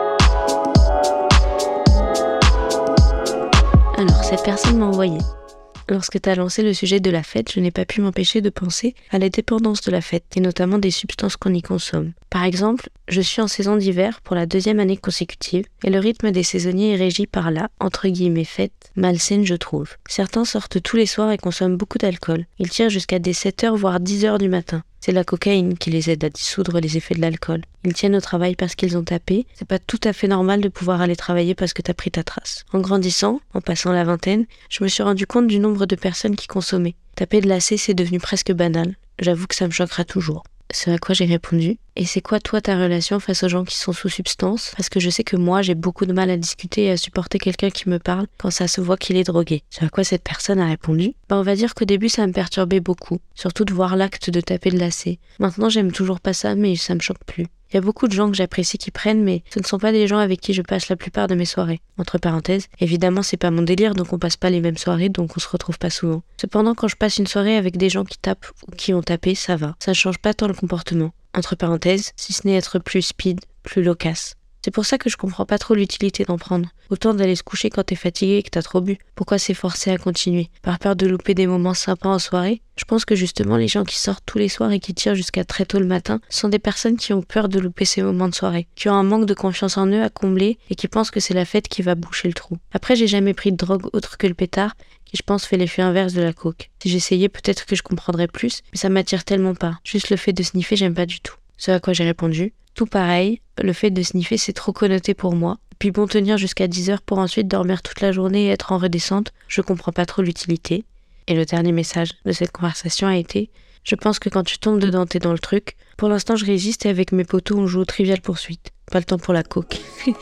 Alors, cette personne m'a envoyé. Lorsque tu as lancé le sujet de la fête, je n'ai pas pu m'empêcher de penser à la dépendance de la fête, et notamment des substances qu'on y consomme. Par exemple, je suis en saison d'hiver pour la 2e année consécutive, et le rythme des saisonniers est régi par la, entre guillemets, fête malsaine je trouve. Certains sortent tous les soirs et consomment beaucoup d'alcool. Ils tirent jusqu'à des 7h voire 10h du matin. C'est la cocaïne qui les aide à dissoudre les effets de l'alcool. Ils tiennent au travail parce qu'ils ont tapé. C'est pas tout à fait normal de pouvoir aller travailler parce que t'as pris ta trace. En grandissant, en passant la vingtaine, je me suis rendu compte du nombre de personnes qui consommaient. Taper de lacets, c'est devenu presque banal. J'avoue que ça me choquera toujours. Ce à quoi j'ai répondu. Et c'est quoi toi ta relation face aux gens qui sont sous substance? Parce que je sais que moi j'ai beaucoup de mal à discuter et à supporter quelqu'un qui me parle quand ça se voit qu'il est drogué. Ce à quoi cette personne a répondu. On va dire qu'au début ça me perturbait beaucoup. Surtout de voir l'acte de taper de lacets. Maintenant j'aime toujours pas ça mais ça me choque plus. Il y a beaucoup de gens que j'apprécie qui prennent, mais ce ne sont pas des gens avec qui je passe la plupart de mes soirées. Entre parenthèses, évidemment c'est pas mon délire, donc on passe pas les mêmes soirées, donc on se retrouve pas souvent. Cependant, quand je passe une soirée avec des gens qui tapent ou qui ont tapé, ça va. Ça change pas tant le comportement. Entre parenthèses, si ce n'est être plus speed, plus loquace. C'est pour ça que je comprends pas trop l'utilité d'en prendre. Autant d'aller se coucher quand t'es fatigué et que t'as trop bu. Pourquoi s'efforcer à continuer? Par peur de louper des moments sympas en soirée? Je pense que justement les gens qui sortent tous les soirs et qui tirent jusqu'à très tôt le matin sont des personnes qui ont peur de louper ces moments de soirée, qui ont un manque de confiance en eux à combler et qui pensent que c'est la fête qui va boucher le trou. Après, j'ai jamais pris de drogue autre que le pétard, qui je pense fait l'effet inverse de la coke. Si j'essayais, peut-être que je comprendrais plus, mais ça m'attire tellement pas. Juste le fait de sniffer, j'aime pas du tout. Ce à quoi j'ai répondu. Tout pareil, le fait de sniffer c'est trop connoté pour moi. Puis bon, tenir jusqu'à 10h pour ensuite dormir toute la journée et être en redescente, je comprends pas trop l'utilité. Et le dernier message de cette conversation a été: je pense que quand tu tombes dedans, t'es dans le truc. Pour l'instant, je résiste et avec mes potos, on joue au Trivial Poursuite. Pas le temps pour la coke.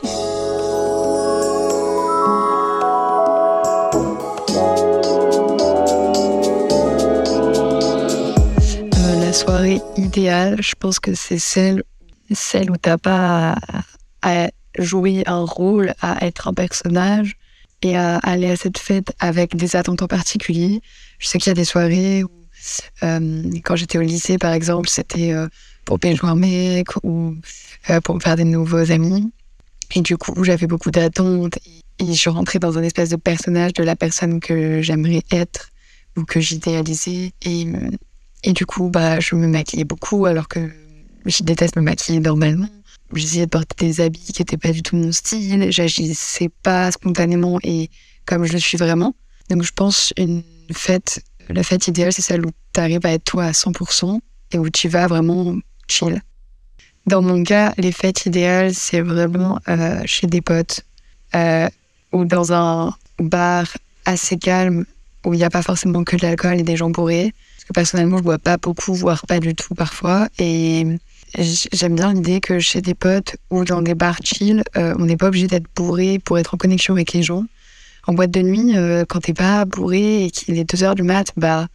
La soirée idéale, je pense que c'est celle où t'as pas à jouer un rôle, à être un personnage et à aller à cette fête avec des attentes en particulier. Je sais qu'il y a des soirées où, quand j'étais au lycée par exemple, c'était pour pécho un mec ou pour me faire des nouveaux amis. Et du coup, j'avais beaucoup d'attentes et je rentrais dans un espèce de personnage de la personne que j'aimerais être ou que j'idéalisais. Et du coup, je me maquillais beaucoup alors que je déteste me maquiller normalement. j'essayais de porter des habits qui n'étaient pas du tout mon style, j'agissais pas spontanément et comme je le suis vraiment. Donc je pense la fête idéale, c'est celle où tu arrives à être toi à 100% et où tu vas vraiment chill. Dans mon cas, les fêtes idéales, c'est vraiment chez des potes ou dans un bar assez calme où il n'y a pas forcément que de l'alcool et des gens bourrés. Parce que personnellement, je bois pas beaucoup, voire pas du tout parfois. Et j'aime bien l'idée que chez des potes ou dans des bars chill, on n'est pas obligé d'être bourré pour être en connexion avec les gens. En boîte de nuit, quand t'es pas bourré et qu'il est 2h du mat,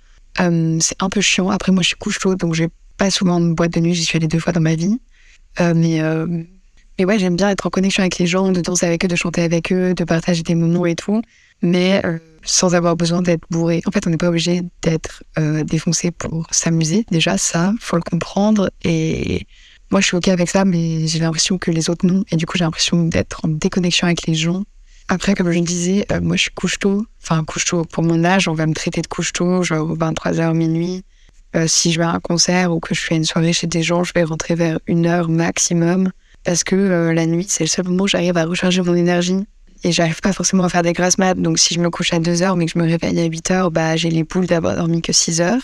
c'est un peu chiant. Après, moi, je suis couche-tôt, donc j'ai pas souvent de boîte de nuit. J'y suis allée 2 fois dans ma vie. Mais ouais, j'aime bien être en connexion avec les gens, de danser avec eux, de chanter avec eux, de partager des moments et tout. Mais sans avoir besoin d'être bourré. En fait, on n'est pas obligé d'être défoncé pour s'amuser. Déjà, ça, faut le comprendre. Et moi, je suis OK avec ça, mais j'ai l'impression que les autres non. Et du coup, j'ai l'impression d'être en déconnexion avec les gens. Après, comme je le disais, moi, je suis couche-tôt. Enfin, couche-tôt, pour mon âge, on va me traiter de couche-tôt, genre 23h, minuit. Si je vais à un concert ou que je fais une soirée chez des gens, je vais rentrer vers 1h maximum. Parce que la nuit, c'est le seul moment où j'arrive à recharger mon énergie. Et j'arrive pas forcément à faire des grasses mat. Donc si je me couche à 2h mais que je me réveille à 8h, j'ai les boules d'avoir dormi que 6h.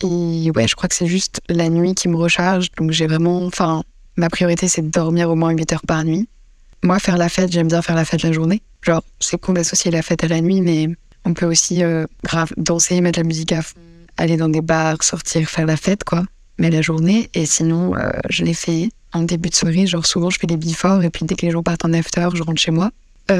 Et ouais, je crois que c'est juste la nuit qui me recharge. Donc j'ai vraiment... Enfin, ma priorité, c'est de dormir au moins 8 heures par nuit. Moi, faire la fête, j'aime bien faire la fête la journée. Genre, c'est cool d'associer la fête à la nuit, mais on peut aussi grave danser, mettre la musique à fond, aller dans des bars, sortir, faire la fête, quoi. Mais la journée, et sinon, je l'ai fait en début de soirée. Genre, souvent, je fais des before, et puis dès que les gens partent en after, je rentre chez moi.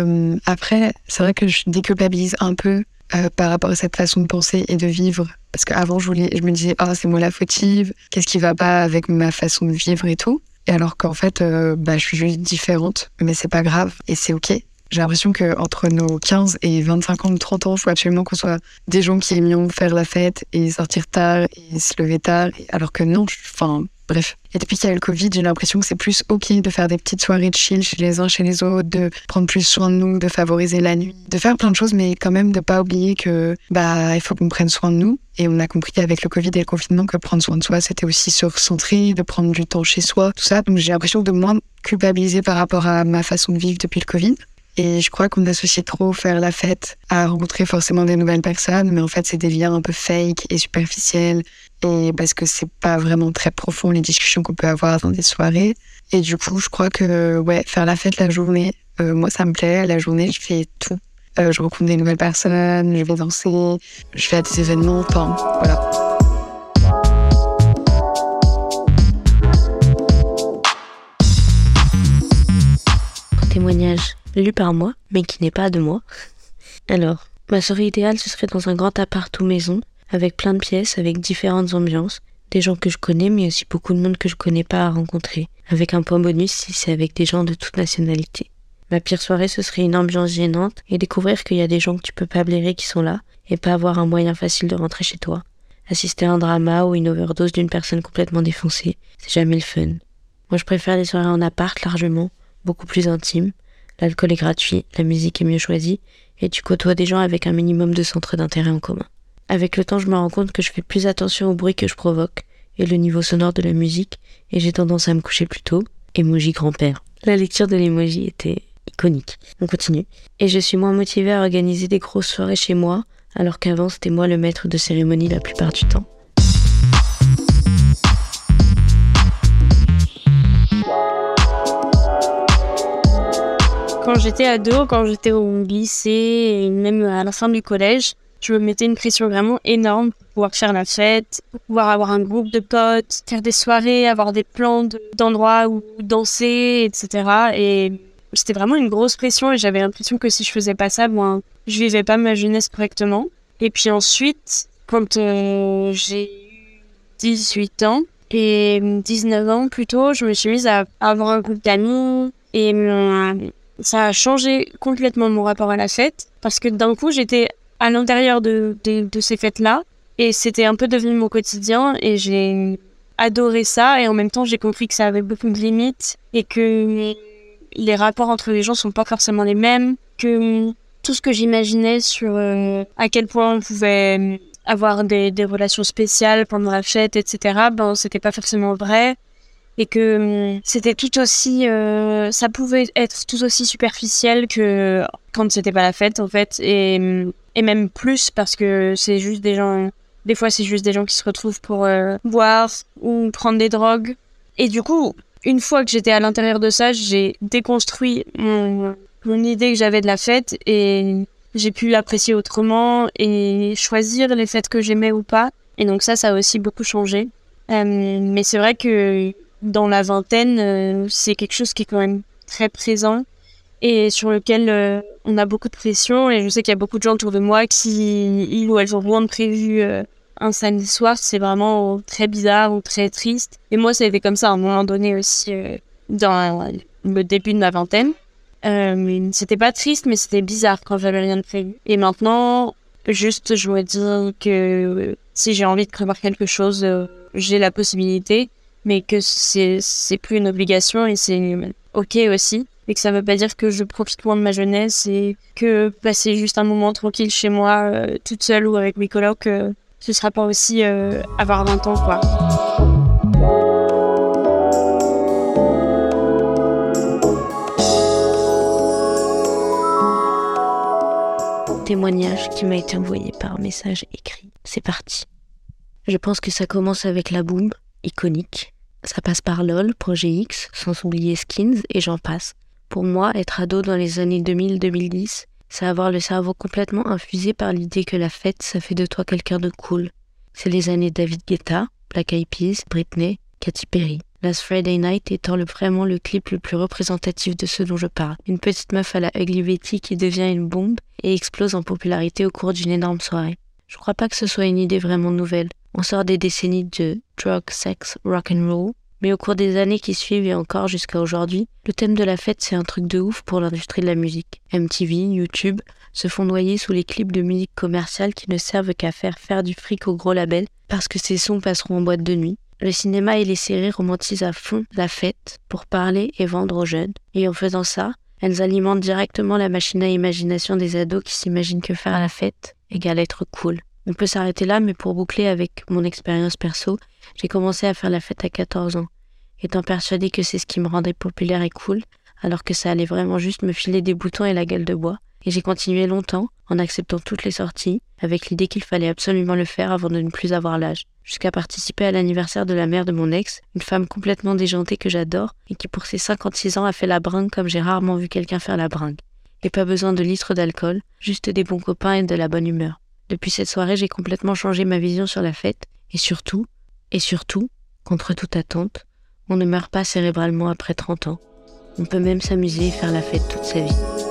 Après, c'est vrai que je déculpabilise un peu par rapport à cette façon de penser et de vivre. Parce qu'avant, je me disais, c'est moi la fautive, qu'est-ce qui va pas avec ma façon de vivre et tout. Et alors qu'en fait, je suis juste différente, mais c'est pas grave et c'est OK. J'ai l'impression qu'entre nos 15 et 25 ans ou 30 ans, il faut absolument qu'on soit des gens qui aimions faire la fête et sortir tard et se lever tard. Alors que non, bref. Et depuis qu'il y a le Covid, j'ai l'impression que c'est plus OK de faire des petites soirées de chill chez les uns, chez les autres, de prendre plus soin de nous, de favoriser la nuit, de faire plein de choses, mais quand même de pas oublier que il faut qu'on prenne soin de nous. Et on a compris avec le Covid et le confinement que prendre soin de soi, c'était aussi se recentrer, de prendre du temps chez soi, tout ça. Donc j'ai l'impression de moins culpabiliser par rapport à ma façon de vivre depuis le Covid. Et je crois qu'on associe trop faire la fête à rencontrer forcément des nouvelles personnes, mais en fait, c'est des liens un peu fake et superficiels, et parce que c'est pas vraiment très profond les discussions qu'on peut avoir dans des soirées. Et du coup, je crois que faire la fête la journée, moi, ça me plaît. La journée, je fais tout. Je rencontre des nouvelles personnes, je vais danser, je vais à des événements, voilà. Témoignage lu par moi, mais qui n'est pas de moi. Alors, ma soirée idéale, ce serait dans un grand appart ou maison, avec plein de pièces, avec différentes ambiances, des gens que je connais, mais aussi beaucoup de monde que je connais pas à rencontrer, avec un point bonus si c'est avec des gens de toute nationalité. Ma pire soirée, ce serait une ambiance gênante et découvrir qu'il y a des gens que tu peux pas blairer qui sont là, et pas avoir un moyen facile de rentrer chez toi. Assister à un drama ou une overdose d'une personne complètement défoncée, c'est jamais le fun. Moi, je préfère les soirées en appart largement, beaucoup plus intimes. L'alcool est gratuit, la musique est mieux choisie, et tu côtoies des gens avec un minimum de centres d'intérêt en commun. Avec le temps, je me rends compte que je fais plus attention au bruit que je provoque, et le niveau sonore de la musique, et j'ai tendance à me coucher plus tôt. Emoji grand-père. La lecture de l'emoji était iconique. On continue. Et je suis moins motivée à organiser des grosses soirées chez moi, alors qu'avant c'était moi le maître de cérémonie la plupart du temps. Quand j'étais ado, quand j'étais au lycée et même à la fin du collège, je me mettais une pression vraiment énorme pour pouvoir faire la fête, pour pouvoir avoir un groupe de potes, faire des soirées, avoir des plans d'endroits où danser, etc. Et c'était vraiment une grosse pression et j'avais l'impression que si je faisais pas ça, je vivais pas ma jeunesse correctement. Et puis ensuite, quand j'ai eu 18 ans et 19 ans plutôt, je me suis mise à avoir un groupe d'amis et ça a changé complètement mon rapport à la fête parce que d'un coup, j'étais à l'intérieur de ces fêtes-là et c'était un peu devenu mon quotidien et j'ai adoré ça et en même temps, j'ai compris que ça avait beaucoup de limites et que les rapports entre les gens sont pas forcément les mêmes, que tout ce que j'imaginais sur à quel point on pouvait avoir des relations spéciales pendant la fête, etc., c'était pas forcément vrai. et que c'était tout aussi ça pouvait être tout aussi superficiel que quand c'était pas la fête en fait, et même plus parce que c'est juste des gens, des fois c'est juste des gens qui se retrouvent pour boire ou prendre des drogues. Et du coup, une fois que j'étais à l'intérieur de ça, j'ai déconstruit mon idée que j'avais de la fête et j'ai pu l'apprécier autrement et choisir les fêtes que j'aimais ou pas. Et donc ça a aussi beaucoup changé. Mais c'est vrai que dans la vingtaine, c'est quelque chose qui est quand même très présent et sur lequel on a beaucoup de pression. Et je sais qu'il y a beaucoup de gens autour de moi qui, ils ou elles ont vraiment prévu un samedi soir, c'est vraiment très bizarre ou très triste. Et moi, ça a été comme ça à un moment donné aussi dans le début de ma vingtaine. C'était pas triste, mais c'était bizarre quand j'avais rien de prévu. Et maintenant, juste, je me dis que si j'ai envie de prévoir quelque chose, j'ai la possibilité, mais que c'est plus une obligation et c'est ok aussi. Et que ça veut pas dire que je profite moins de ma jeunesse et que passer juste un moment tranquille chez moi, toute seule ou avec mes colocs, ce sera pas aussi avoir 20 ans, quoi. Témoignage qui m'a été envoyé par message écrit. C'est parti. Je pense que ça commence avec la boom, iconique. Ça passe par LOL, Projet X, sans oublier Skins, et j'en passe. Pour moi, être ado dans les années 2000-2010, c'est avoir le cerveau complètement infusé par l'idée que la fête, ça fait de toi quelqu'un de cool. C'est les années David Guetta, Black Eyed Peas, Britney, Katy Perry. Last Friday Night étant vraiment le clip le plus représentatif de ce dont je parle. Une petite meuf à la Ugly Betty qui devient une bombe et explose en popularité au cours d'une énorme soirée. Je crois pas que ce soit une idée vraiment nouvelle. On sort des décennies de drug, sex, rock and roll, mais au cours des années qui suivent et encore jusqu'à aujourd'hui, le thème de la fête c'est un truc de ouf pour l'industrie de la musique. MTV, YouTube se font noyer sous les clips de musique commerciale qui ne servent qu'à faire du fric aux gros labels parce que ces sons passeront en boîte de nuit. Le cinéma et les séries romantisent à fond la fête pour parler et vendre aux jeunes. Et en faisant ça, elles alimentent directement la machine à imagination des ados qui s'imaginent que faire la fête égale être cool. On peut s'arrêter là, mais pour boucler avec mon expérience perso, j'ai commencé à faire la fête à 14 ans, étant persuadée que c'est ce qui me rendait populaire et cool, alors que ça allait vraiment juste me filer des boutons et la gueule de bois. Et j'ai continué longtemps, en acceptant toutes les sorties, avec l'idée qu'il fallait absolument le faire avant de ne plus avoir l'âge. Jusqu'à participer à l'anniversaire de la mère de mon ex, une femme complètement déjantée que j'adore, et qui pour ses 56 ans a fait la bringue comme j'ai rarement vu quelqu'un faire la bringue. Et pas besoin de litres d'alcool, juste des bons copains et de la bonne humeur. Depuis cette soirée, j'ai complètement changé ma vision sur la fête, et surtout, contre toute attente, on ne meurt pas cérébralement après 30 ans. On peut même s'amuser et faire la fête toute sa vie.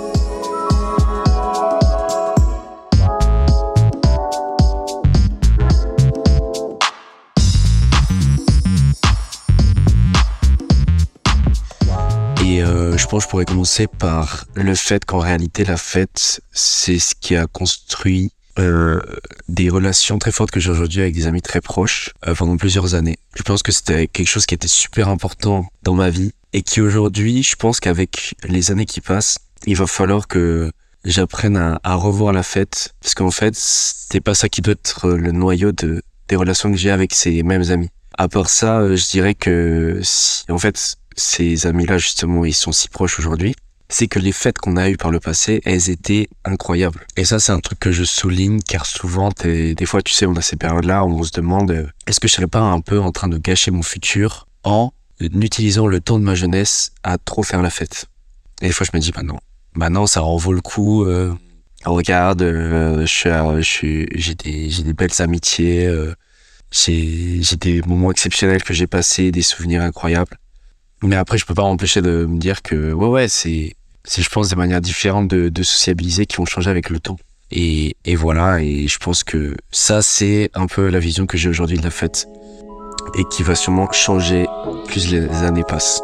Et je pense que je pourrais commencer par le fait qu'en réalité, la fête, c'est ce qui a construit des relations très fortes que j'ai aujourd'hui avec des amis très proches pendant plusieurs années. Je pense que c'était quelque chose qui était super important dans ma vie et qui aujourd'hui, je pense qu'avec les années qui passent, il va falloir que j'apprenne à revoir la fête parce qu'en fait, c'est pas ça qui doit être le noyau des relations que j'ai avec ces mêmes amis. À part ça, je dirais que en fait, ces amis-là, justement, ils sont si proches aujourd'hui, c'est que les fêtes qu'on a eues par le passé, elles étaient incroyables. Et ça, c'est un truc que je souligne, car souvent, des fois, tu sais, on a ces périodes-là où on se demande est-ce que je serais pas un peu en train de gâcher mon futur en utilisant le temps de ma jeunesse à trop faire la fête. Et des fois, je me dis, bah non, ça en vaut le coup. Regarde, j'ai des belles amitiés, j'ai des moments exceptionnels que j'ai passés, des souvenirs incroyables. Mais après, je peux pas m'empêcher de me dire que ouais, c'est je pense des manières différentes de sociabiliser qui vont changer avec le temps. Et voilà, et je pense que ça, c'est un peu la vision que j'ai aujourd'hui de la fête et qui va sûrement changer plus les années passent.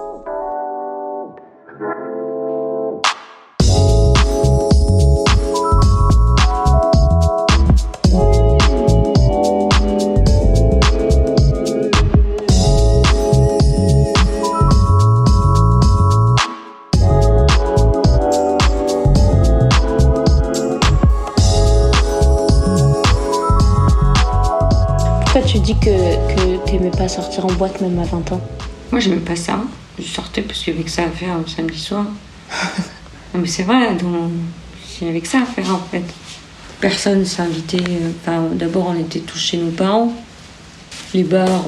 Pourquoi tu dis que t'aimais pas sortir en boîte même à 20 ans ? Moi, j'aimais pas ça. Je sortais parce qu'il y avait que ça à faire le samedi soir. Non, mais c'est vrai, il y avait que ça à faire, en fait. Personne s'invitait. Enfin, d'abord, on était tous chez nos parents. Les bars...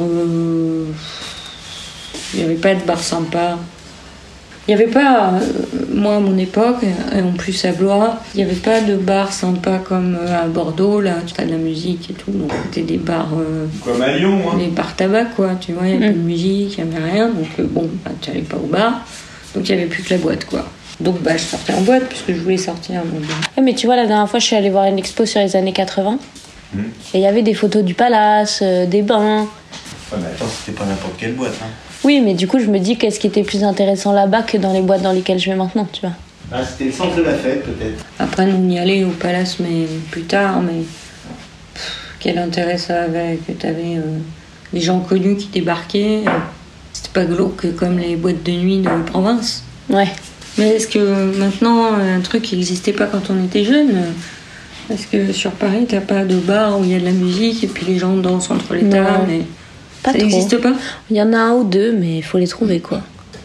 il n'y avait pas de bar sympa. Il n'y avait pas, moi à mon époque, et en plus à Blois, il n'y avait pas de bar sympa comme à Bordeaux, là, tu as de la musique et tout. Donc c'était des bars. Comme à Lyon, hein. Des bars tabac, quoi, tu vois, il n'y avait pas de musique, il n'y avait rien. Donc bon, bah, tu n'allais pas au bar. Donc il n'y avait plus que la boîte, quoi. Donc bah, je sortais en boîte puisque je voulais sortir. Ouais, mais tu vois, la dernière fois, je suis allée voir une expo sur les années 80. Et il y avait des photos du palace, des bains. Ouais, mais attends, c'était pas n'importe quelle boîte, hein. Oui, mais du coup, je me dis qu'est-ce qui était plus intéressant là-bas que dans les boîtes dans lesquelles je vais maintenant, tu vois. Ah, c'était le centre de la fête, peut-être. Après, nous, on y allait au palace, mais plus tard, mais quel intérêt ça avait que t'avais des gens connus qui débarquaient. C'était pas glauque comme les boîtes de nuit de province. Ouais. Mais est-ce que maintenant, un truc qui n'existait pas quand on était jeune, est-ce que sur Paris, t'as pas de bar où il y a de la musique et puis les gens dansent entre les tables et... Pas ça trop. n'existe pas? Il y en a un ou deux, mais il faut les trouver, quoi.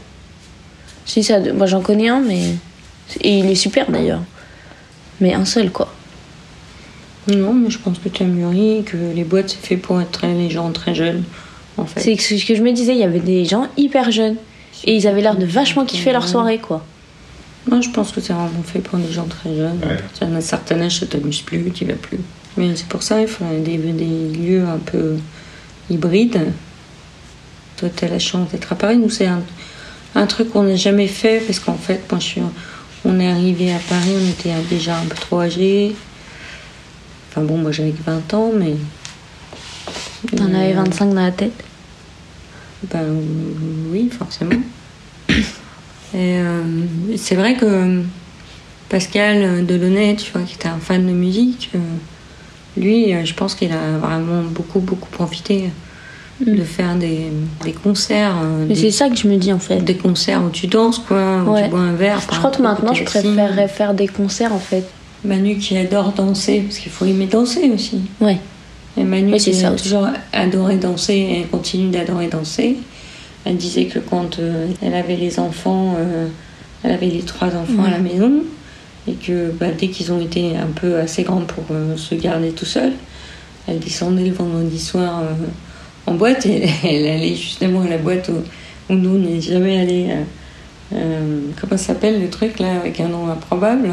Si, ça, moi j'en connais un, mais... Et il est super, d'ailleurs. Mais un seul, quoi. Non, mais je pense que tu as mûri, que les boîtes, c'est fait pour être les gens très jeunes, en fait. C'est ce que je me disais, il y avait des gens hyper jeunes. Et ils avaient l'air de vachement kiffer leur soirée, quoi. Moi, je pense que c'est vraiment fait pour des gens très jeunes. Ouais. À un certain âge, ça t'amuse plus, tu vas plus. Mais c'est pour ça, il faudrait des lieux un peu hybrides. Toi, tu as la chance d'être à Paris. Nous, c'est un truc qu'on n'a jamais fait, parce qu'en fait, moi, on est arrivé à Paris, on était déjà un peu trop âgés. Enfin bon, moi, j'avais que 20 ans, mais... T'en avais 25 dans la tête? Ben oui, forcément. Et c'est vrai que Pascal Delaunay, tu vois, qui était un fan de musique, lui, je pense qu'il a vraiment beaucoup profité de faire des concerts. Mais c'est ça que je me dis, en fait. Des concerts où tu danses, quoi, où tu bois un verre. Je crois que maintenant, je préférerais faire des concerts, en fait. Manu qui adore danser, parce qu'il faut aimer danser aussi. Ouais. Et Manu Oui, qui c'est ça a aussi. toujours adoré danser et continue d'adorer danser. Elle disait que quand elle avait les enfants, elle avait les 3 enfants à la maison, et que dès qu'ils ont été un peu assez grands pour se garder tout seuls, elle descendait le vendredi soir en boîte, et elle allait justement à la boîte où nous on n'est jamais allés. Comment ça s'appelle le truc là, avec un nom improbable?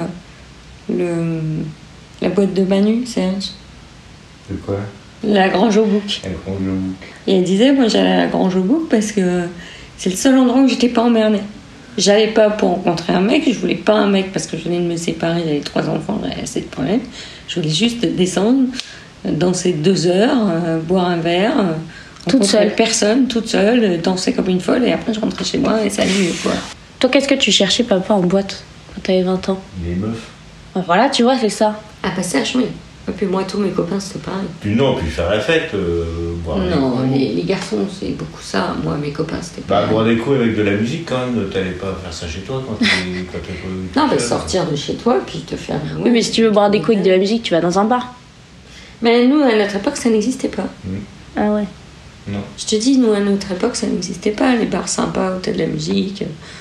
La boîte de Manu, Serge. De quoi? La Grange au Bouc. La Grange au Bouc. Et elle disait, moi j'allais à la Grange au Bouc parce que c'est le seul endroit où j'étais pas emmerdée. J'allais pas pour rencontrer un mec, je voulais pas un mec parce que je venais de me séparer, j'avais 3 enfants, j'avais assez de problèmes. Je voulais juste descendre, danser 2 heures, boire un verre, toute seule. Personne, toute seule, danser comme une folle, et après je rentrais chez moi et salut, quoi. Toi, qu'est-ce que tu cherchais, papa, en boîte quand t'avais 20 ans? Les meufs. Voilà, tu vois, c'est ça. Ah bah Serge, oui. Et puis moi, tous mes copains, c'était pareil. Puis non, puis faire la fête, boire des Non, coups. les garçons, c'est beaucoup ça. Moi, mes copains, c'était Bah, pareil. boire des coups avec de la musique quand même, t'allais pas faire ça chez toi quand t'es Non, mais sortir de chez toi, puis te faire... Oui, mais si tu veux boire des coups avec de la musique, tu vas dans un bar. Mais nous, à notre époque, ça n'existait pas. Ah ouais. Non. Je te dis, nous, à notre époque, ça n'existait pas. Les bars sympas où t'as de la musique,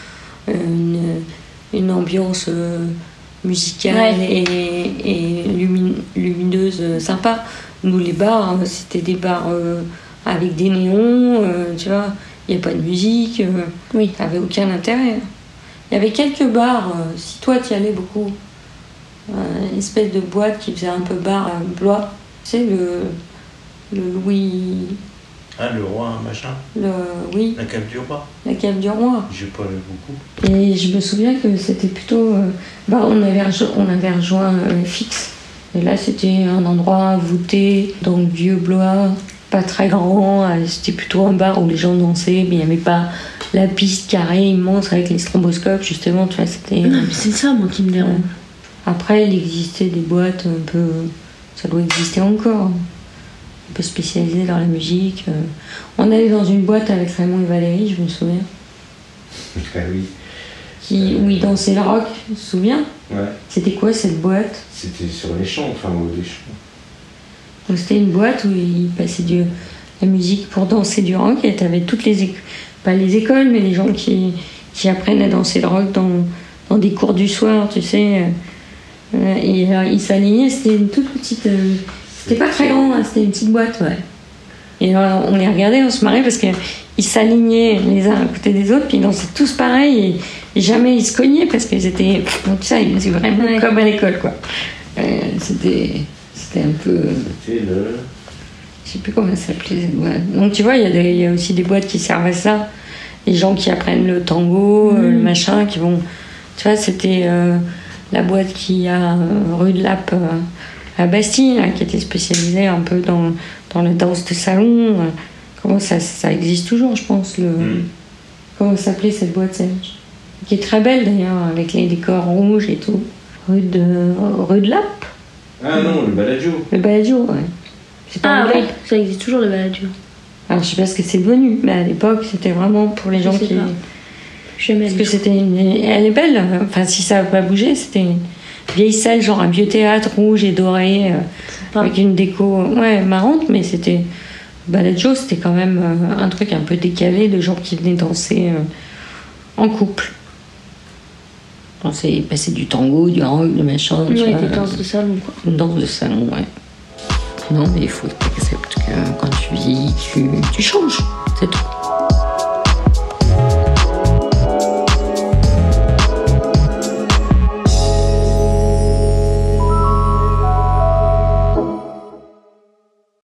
une ambiance musicale et lumineuse sympa. Nous, les bars, c'était des bars avec des néons, tu vois. Il n'y a pas de musique. Oui. T'avais aucun intérêt. Il y avait quelques bars, si toi, tu y allais beaucoup. Une espèce de boîte qui faisait un peu bar à Blois. Tu sais, le Louis... Ah, le roi, machin. Oui. La cave du roi. La cave du roi. J'ai pas lu beaucoup. Et je me souviens que c'était plutôt... on avait rejoint Fixe. Et là, c'était un endroit voûté dans le vieux Blois, pas très grand. C'était plutôt un bar où les gens dansaient, mais il n'y avait pas la piste carrée immense avec les stroboscopes, justement. Tu vois, c'était... C'est ça, moi, qui me dérange. Après, il existait des boîtes un peu... Ça doit exister encore. Un peu spécialisé dans la musique. On allait dans une boîte avec Raymond et Valérie, je me souviens. Ah oui. Où ils dansaient le rock, tu te souviens? Ouais. C'était quoi cette boîte? C'était sur les champs, enfin au des champs. Donc c'était une boîte où ils passaient la musique pour danser du rock, et t'avais toutes les pas les écoles, mais les gens qui apprennent à danser le rock dans des cours du soir, tu sais. Et ils s'alignaient, c'était une toute petite... c'était pas très grand, hein, c'était une petite boîte, ouais. Et alors, on les regardait, on se marrait parce qu'ils s'alignaient les uns à côté des autres, puis ils dansaient tous pareil, et jamais ils se cognaient parce qu'ils étaient... Donc ça, ils étaient vraiment comme à l'école, quoi. C'était un peu... C'était le... Je sais plus comment ça s'appelait cette boîte. Donc tu vois, il y a aussi des boîtes qui servent à ça. Les gens qui apprennent le tango, le machin, qui vont... Tu vois, c'était la boîte qui a rue de Lappe à Bastille, là, qui était spécialisée un peu dans la danse de salon. Comment ça existe toujours, je pense. Comment s'appelait cette boîte, Serge ? Qui est très belle d'ailleurs, avec les décors rouges et tout. Rue de Lappe. Ah non, le Bellagio. Le Bellagio, ouais. C'est pas oui, ça existe toujours le Bellagio. Alors je sais pas ce que c'est devenu, mais à l'époque c'était vraiment pour les gens qui... Jamais. Parce que c'était elle est belle, enfin si ça n'a pas bougé, c'était une vieille salle, genre un vieux théâtre rouge et doré, avec une déco marrante, mais c'était... Bellagio, c'était quand même un truc un peu décalé de gens qui venaient danser en couple. Passer du tango, du rock, du machin. Des danses de salon, quoi. Une danse de salon, ouais. Non, mais il faut que tu acceptes que quand tu vis, tu changes, c'est tout.